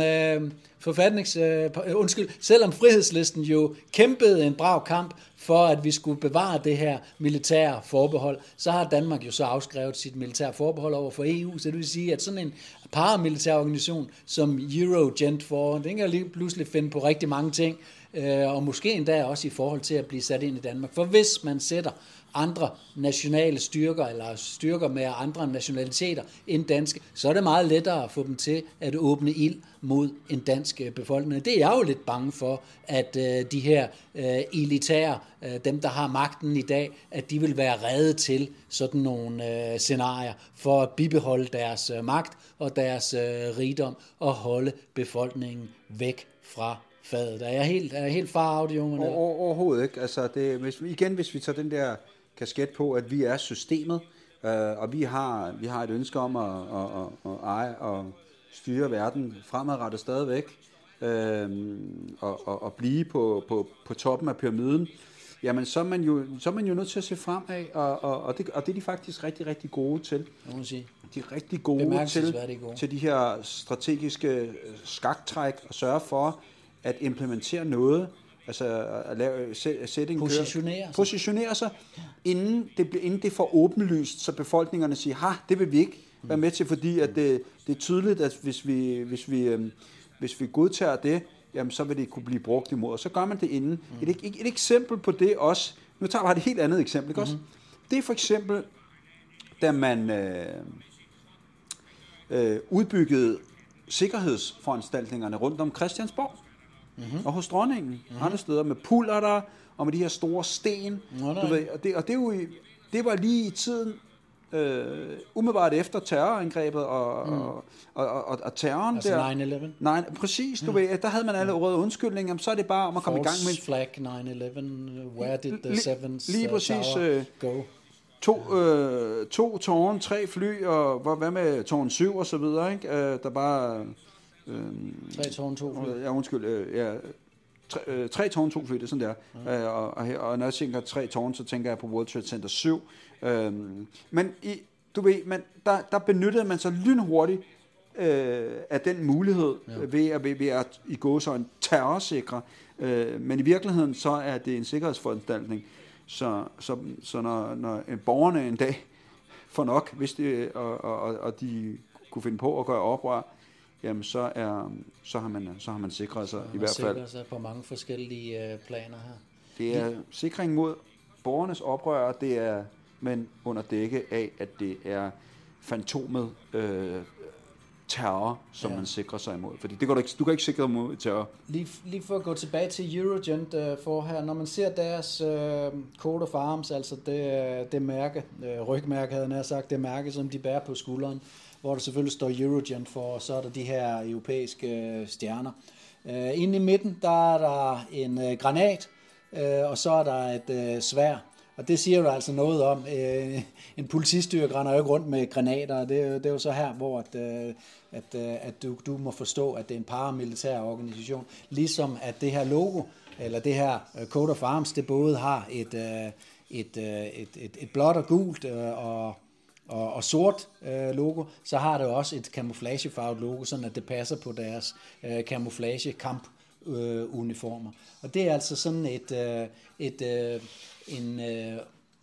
selvom Frihedslisten jo kæmpede en brav kamp for, at vi skulle bevare det her militære forbehold, så har Danmark jo så afskrevet sit militære forbehold over for EU, så det vil sige, at sådan en paramilitær organisation som Eurogent den kan lige pludselig finde på rigtig mange ting, og måske endda også i forhold til at blive sat ind i Danmark. For hvis man sætter andre nationale styrker, eller styrker med andre nationaliteter end danske, så er det meget lettere at få dem til at åbne ild mod en dansk befolkning. Det er jeg jo lidt bange for, at de her elitære, dem der har magten i dag, at de vil være rede til sådan nogle scenarier for at bibeholde deres magt og deres rigdom og holde befolkningen væk fra fadet. Er jeg helt far out, Jon? Overhovedet ikke. Altså hvis vi tager den der kasket på, at vi er systemet, og vi har et ønske om at eje og styre verden fremadrettet stadigvæk, og blive på toppen af pyramiden, jamen så er man jo nødt til at se fremad, og det er de faktisk rigtig, rigtig gode til. De er rigtig gode til de her strategiske skaktræk og sørge for at implementere noget, altså at lave sætte en positionere sig, inden det får åbenlyst, så befolkningerne siger, det vil vi ikke være med til, fordi at det er tydeligt, at hvis vi godtager det, jamen så vil det kunne blive brugt imod, og så gør man det inden. Et eksempel på det også, nu tager jeg et helt andet eksempel, ikke også? Det er for eksempel, da man udbyggede sikkerhedsforanstaltningerne rundt om Christiansborg, og hos dronningen, andre steder med pullerter og med de her store sten, du ved, og det var lige i tiden umiddelbart efter terrorangrebet og terroren altså der. 9/11. Nej, præcis, du ved, der havde man allerede undskyldninger, så er det bare om at komme i gang med flag 9/11, where did the seventh lige præcis, go? 2 tårn, 3 fly, og hvad med tårn 7 og så videre, ikke? Der bare 3 tårn, 2 fly. Ja, undskyld. 3 tårn, 2 fly, det er sådan der. Og når jeg tænker 3 tårn, så tænker jeg på World Trade Center 7. Men der benyttede man sig lynhurtigt af den mulighed ved at i gå så en terrorsikre. Men i virkeligheden så er det en sikkerhedsforanstaltning. Så når borgerne en dag får nok, hvis det, og de kunne finde på at gøre oprør, jamen så har man sikret sig i hvert fald. Man sikrer sig på mange forskellige planer her. Det er sikring mod borgernes oprør, det er, men under dække af, at det er fantomet terror, som man sikrer sig imod. Fordi det du kan ikke sikre dig mod terror. Lige for at gå tilbage til Eurogent for her, når man ser deres coat of arms, altså det mærke, rygmærke havde jeg sagt, det mærke, som de bærer på skulderen, hvor der selvfølgelig står Eurogent for, og så er der de her europæiske stjerner. Inde i midten, der er der en granat, og så er der et sværd. Og det siger jo altså noget om, en politistyrke render jo ikke rundt med granater, og det er jo så her, hvor at du må forstå, at det er en paramilitær organisation. Ligesom at det her logo, eller det her coat of arms, det både har et blåt og gult og sort logo, så har det også et camouflagefarvet logo, sådan at det passer på deres camouflage kamp uniformer. Og det er altså sådan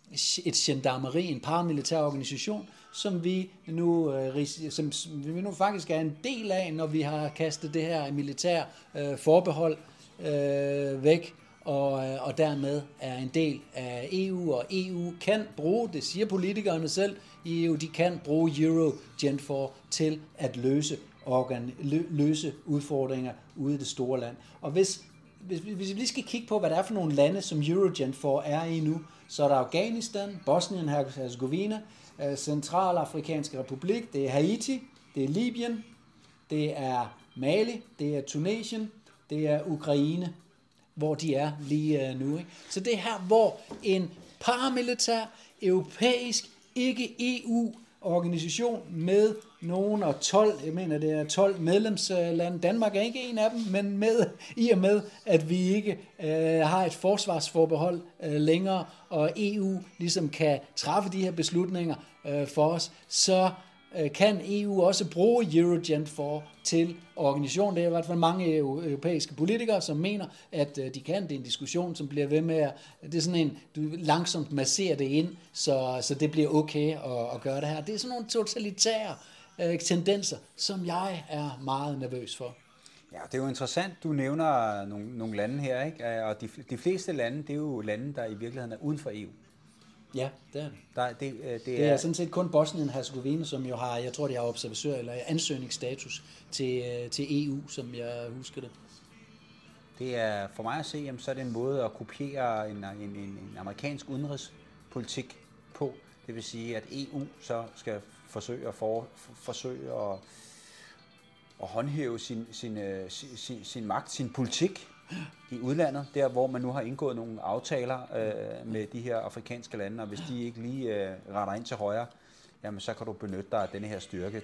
et gendarmeri, en paramilitær organisation, som vi nu faktisk er en del af, når vi har kastet det her militær forbehold væk, og dermed er en del af EU, og EU kan bruge, det siger politikerne selv i EU, de kan bruge Gen 4 til at løse udfordringer ude i det store land. Og hvis vi lige skal kigge på, hvad der er for nogle lande, som Gen 4 er i nu, så er der Afghanistan, Bosnien-Herzegovina, Centralafrikanske Republik, det er Haiti, det er Libyen, det er Mali, det er Tunesien, det er Ukraine, hvor de er lige nu. Ikke? Så det er her, hvor en paramilitær, europæisk, ikke EU-organisation med nogen og 12, jeg mener det er 12 medlemslande, Danmark er ikke en af dem, men i og med, at vi ikke har et forsvarsforbehold længere, og EU ligesom kan træffe de her beslutninger for os, så kan EU også bruge Gen 4 til organisationen. Det er i hvert fald mange europæiske politikere, som mener, at de kan. Det er en diskussion, som bliver ved med at... Det er sådan en, du langsomt masserer det ind, så det bliver okay at gøre det her. Det er sådan nogle totalitære tendenser, som jeg er meget nervøs for. Ja, det er jo interessant, du nævner nogle lande her, ikke? Og de fleste lande, det er jo lande, der i virkeligheden er uden for EU. Ja, det er det. Det er sådan set kun Bosnien-Herzegovina, som jo har, jeg tror, de har observatør eller ansøgningsstatus til EU, som jeg husker det. Det er for mig at se, jamen, så er det en måde at kopiere en amerikansk udenrigspolitik på. Det vil sige, at EU så skal forsøge at håndhæve sin magt, sin politik i udlandet, der hvor man nu har indgået nogle aftaler med de her afrikanske lande, og hvis de ikke lige retter ind til højre, jamen så kan du benytte dig af denne her styrke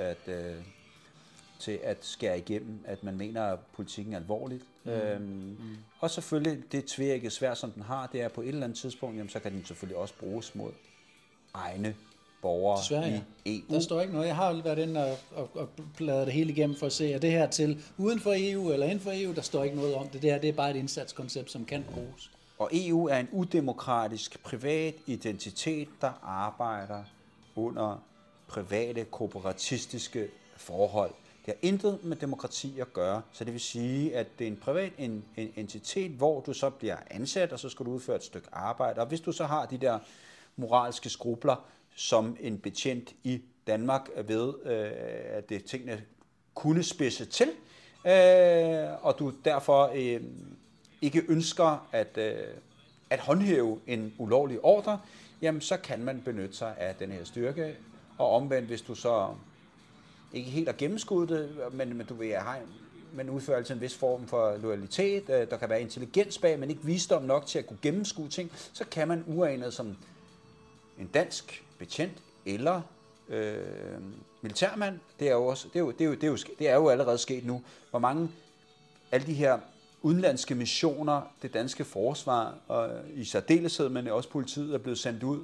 til at skære igennem, at man mener, at politikken er alvorligt. Og selvfølgelig, det tvækket svært, som den har, det er på et eller andet tidspunkt, jamen, så kan den selvfølgelig også bruges mod egne borgere Desværre, i EU. Der står ikke noget. Jeg har jo været inde og bladret det hele igennem for at se, er det her til uden for EU eller inden for EU, der står ikke noget om det. Det her, det er bare et indsatskoncept, som kan bruges. Og EU er en udemokratisk privat identitet, der arbejder under private kooperatistiske forhold. Det har intet med demokrati at gøre, så det vil sige, at det er en privat entitet, hvor du så bliver ansat, og så skal du udføre et stykke arbejde. Og hvis du så har de der moralske skrubler, som en betjent i Danmark ved, at det tingene kunne spidse til, og du derfor ikke ønsker at håndhæve en ulovlig ordre, jamen så kan man benytte sig af den her styrke. Og omvendt, hvis du så ikke helt har gennemskuddet det, men du vil have, man udfører altid en vis form for loyalitet, der kan være intelligens bag, men ikke visdom nok til at kunne gennemskue ting, så kan man uanet som en dansk betjent eller militærmand, det er jo allerede sket nu, hvor mange alle de her udenlandske missioner, det danske forsvar og i særdeleshed, men også politiet er blevet sendt ud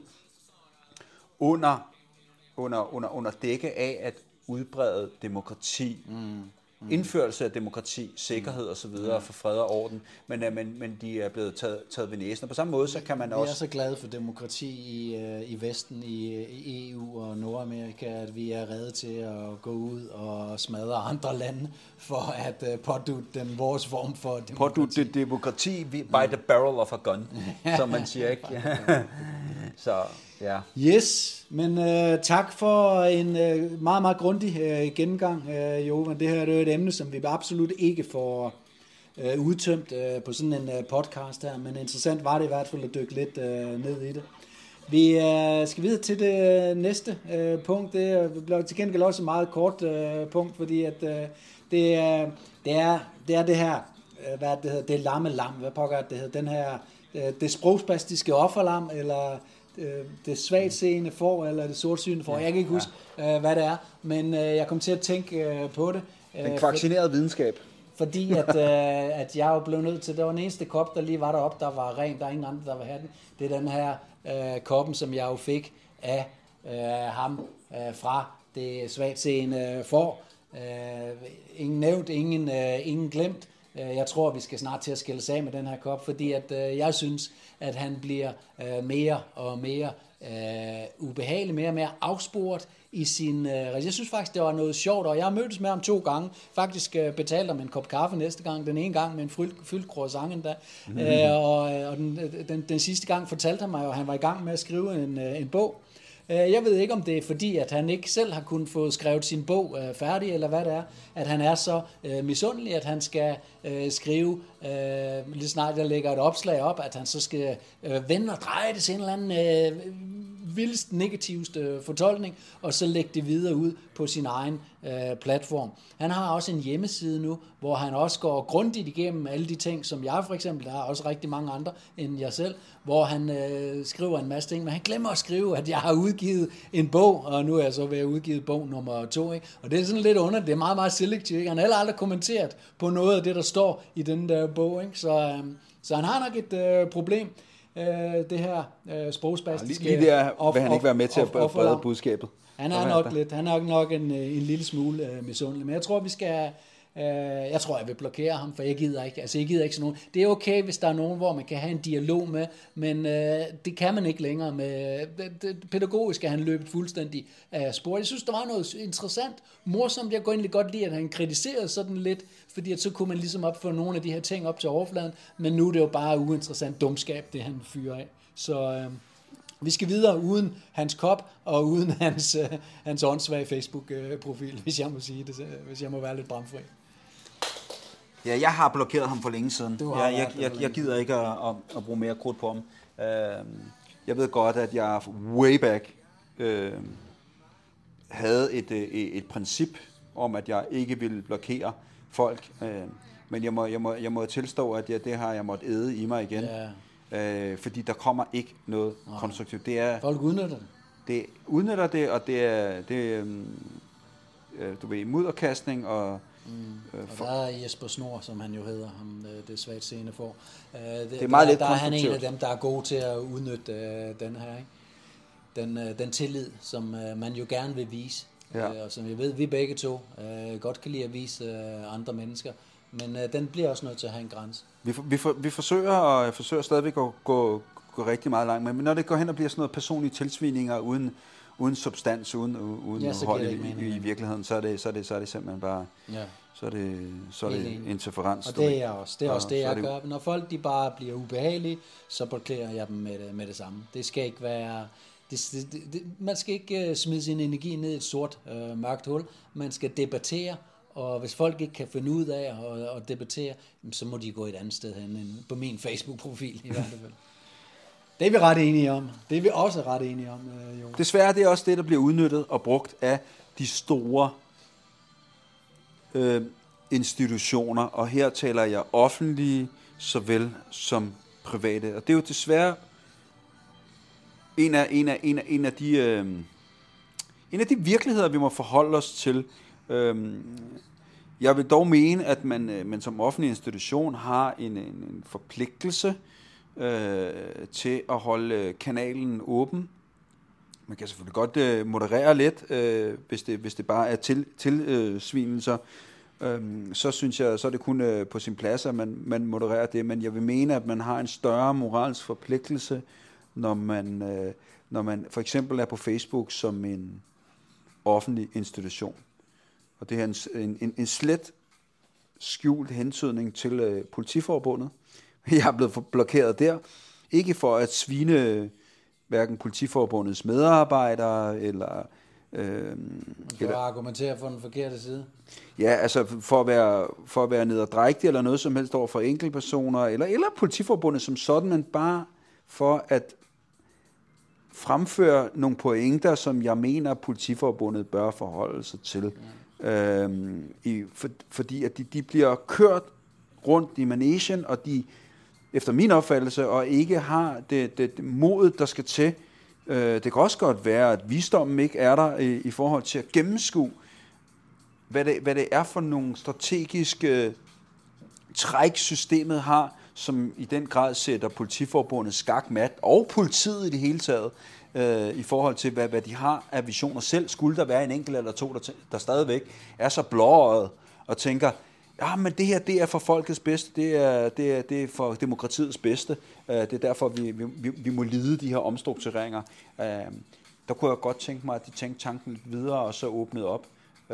under dække af at udbrede demokrati, indførelse af demokrati, sikkerhed osv. for fred og orden, men de er blevet taget ved næsen. Og på samme måde, så kan man også... Vi er så glade for demokrati i Vesten, i EU og Nordamerika, at vi er rede til at gå ud og smadre andre lande for at pådutte dem vores form for demokrati. Pådutte demokrati by the barrel of a gun, som man siger, ikke? Så, ja. Yes, men tak for en meget, meget grundig gennemgang, Jovan. Det her er jo et emne, som vi absolut ikke får udtømt på sådan en podcast her, men interessant var det i hvert fald at dykke lidt ned i det. Vi skal videre til det næste punkt. Det bliver til gengæld også et meget kort punkt, fordi at det er det her, hvad det hedder, det lam, hvad pokker det hedder, den her, det sprogspastiske offerlam, eller det svagtseende får, eller det sortsyende får. Jeg kan ikke huske, hvad det er, men jeg kom til at tænke på det. Den kvaccinerede videnskab. Fordi at jeg jo blev nødt til, det var den eneste kop, der lige var deroppe, der var ren, der er ingen andre, der vil have den. Det er den her koppen, som jeg jo fik af ham fra det svagtseende får. Ingen nævnt, ingen glemt. Jeg tror, vi skal snart til at skille sig af med den her kop, fordi at jeg synes, at han bliver mere og mere ubehagelig, mere og mere afsporet i sin... Jeg synes faktisk, det var noget sjovt, og jeg har mødtes med ham 2 gange. Faktisk betalte ham en kop kaffe næste gang, den ene gang med en fyldt croissant endda. Og den sidste gang fortalte han mig, at han var i gang med at skrive en bog. Jeg ved ikke, om det er fordi, at han ikke selv har kunnet få skrevet sin bog færdig, eller hvad det er, at han er så misundelig, at han skal skrive, lige snart jeg lægger et opslag op, at han så skal vende og dreje det til en eller anden vildest negativst fortolkning, og så lægge det videre ud på sin egen platform. Han har også en hjemmeside nu, hvor han også går grundigt igennem alle de ting, som jeg for eksempel, der er også rigtig mange andre end jeg selv, hvor han skriver en masse ting, men han glemmer at skrive, at jeg har udgivet en bog, og nu er jeg så ved at udgive bog nummer 2, ikke? Og det er sådan lidt underligt, det er meget, meget selektivt, ikke? Han har aldrig kommenteret på noget af det, der står i den der bog, ikke? Så han har nok et problem, det her sprogspastiske... Lige der vil han ikke være med til at brede budskabet. Han er nok en lille smule misundelig, men jeg tror, vi skal... Jeg tror, jeg vil blokere ham, for jeg gider ikke sådan nogen. Det er okay, hvis der er nogen, hvor man kan have en dialog med, men det kan man ikke længere med. Pædagogisk er han løbet fuldstændig af spor. Jeg synes, der var noget interessant, morsomt. Jeg kunne egentlig godt lide, at han kritiserede sådan lidt, fordi at så kunne man ligesom opføre nogle af de her ting op til overfladen, men nu er det jo bare uinteressant dumskab, det han fyrer af. Så vi skal videre uden hans kop og uden hans åndssvage Facebook-profil, hvis jeg må sige det, hvis jeg må være lidt bramfri. Ja, jeg har blokeret ham for længe siden. Jeg gider ikke at bruge mere krudt på ham. Jeg ved godt, at jeg way back havde et princip om, at jeg ikke ville blokere folk. Men jeg må tilstå, at det har jeg måttet æde i mig igen. Ja. Fordi der kommer ikke noget konstruktivt. Det er, folk udnytter det. Det udnytter det, og det er du ved, mudderkastning og... Og der er Jesper Snor, som han jo hedder, ham det svagt scene for. Det er meget lidt der er han en af dem, der er god til at udnytte den her, ikke? Den tillid, som man jo gerne vil vise. Ja. Og som jeg ved, vi begge to godt kan lide at vise andre mennesker. Men den bliver også nødt til at have en grænse. Vi forsøger stadigvæk at gå rigtig meget langt med, men når det går hen og bliver sådan noget personlige tilsvininger uden substans, uden hold i virkeligheden, så er det simpelthen bare så er det interferens. Og det er også det, jeg gør. Når folk de bare bliver ubehagelige, så blokerer jeg dem med det samme. Det skal ikke være man skal ikke smide sin energi ned i et sort mørkt hul. Man skal debattere. Og hvis folk ikke kan finde ud af at debattere, så må de gå et andet sted hen end på min Facebook-profil i hvert fald. Det er vi ret enige om. Det er vi også ret enige om, Jo. Desværre det er også det, der bliver udnyttet og brugt af de store institutioner. Og her taler jeg offentlige såvel som private. Og det er jo desværre en af de virkeligheder, vi må forholde os til. Jeg vil dog mene, at man som offentlig institution har en forpligtelse til at holde kanalen åben. Man kan selvfølgelig godt moderere lidt, hvis det bare er tilsvinelser. Så synes jeg, så er det kun på sin plads, at man modererer det. Men jeg vil mene, at man har en større moralsk forpligtelse, når man for eksempel er på Facebook som en offentlig institution. Og det er en slet skjult hentydning til Politiforbundet. Jeg er blevet blokeret der. Ikke for at svine hverken Politiforbundets medarbejdere, eller... For at argumentere for den forkerte side? Ja, altså for at være nederdrægtig, eller noget som helst over for enkeltpersoner, eller Politiforbundet som sådan, men bare for at fremføre nogle pointer, som jeg mener, at Politiforbundet bør forholde sig til. Ja. Fordi at de bliver kørt rundt i managen, og de, efter min opfattelse, og ikke har det mod, der skal til. Det kan også godt være, at visdommen ikke er der i forhold til at gennemskue, hvad det er for nogle strategiske træk, systemet har, som i den grad sætter Politiforbundet skakmat, og politiet i det hele taget, i forhold til, hvad de har af visioner selv. Skulle der være en enkelt eller to, der stadigvæk er så blåøjet og tænker, ja, men det her, det er for folkets bedste, det er for demokratiets bedste. Det er derfor, vi må lide de her omstruktureringer. Der kunne jeg godt tænke mig, at de tænkte tanken lidt videre, og så åbnede op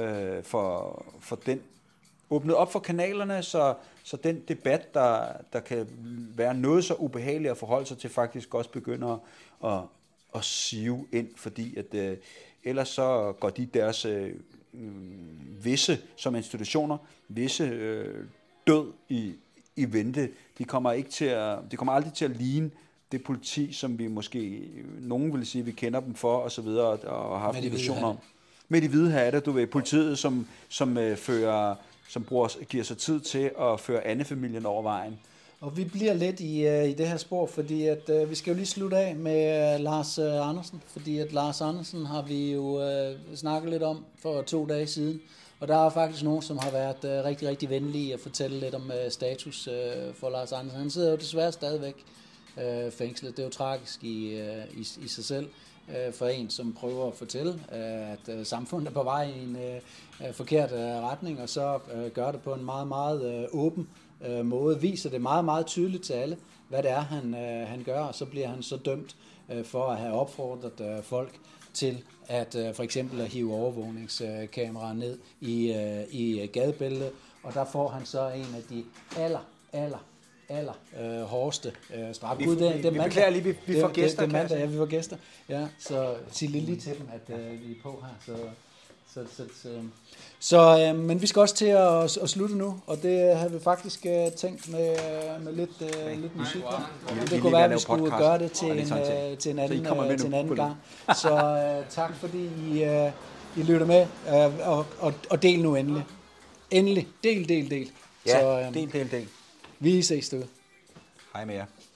åbnet op for kanalerne, så den debat, der kan være noget så ubehageligt at forholde sig til, faktisk også begynder at sive ind, fordi at ellers så går de deres visse som institutioner, død i vente. De kommer aldrig til at ligne det politi, som vi måske, nogen vil sige, vi kender dem for, og så videre, og har haft illusioner om. Med de hvide hatte, du ved, politiet, som giver sig tid til at føre andefamilien over vejen. Og vi bliver lidt i det her spor, fordi at vi skal jo lige slutte af med Lars Andersen, fordi at Lars Andersen har vi jo snakket lidt om for 2 dage siden, og der er faktisk nogen, som har været rigtig, rigtig venlige at fortælle lidt om status for Lars Andersen. Han sidder jo desværre stadigvæk fængslet. Det er jo tragisk i sig selv for en, som prøver at fortælle, at samfundet er på vej i en forkert retning, og så gør det på en meget, meget åben måde, viser det meget, meget tydeligt til alle, hvad det er, han gør, og så bliver han så dømt for at have opfordret folk til at for eksempel at hive overvågningskameraer ned i gadebilledet, og der får han så en af de aller hårdeste straffe. Vi beklager lige, vi får gæster. Det er mandag, ja, vi får gæster. Ja, så sig lige til dem, at vi er på her. Så men vi skal også til at slutte nu, og det havde vi faktisk tænkt med lidt musik her. Det kunne være, at vi skulle gøre det til en anden gang. Så tak fordi I lytter med, og del nu endelig. Endelig. Del. Ja, del. Vi ses derude. Hej med jer.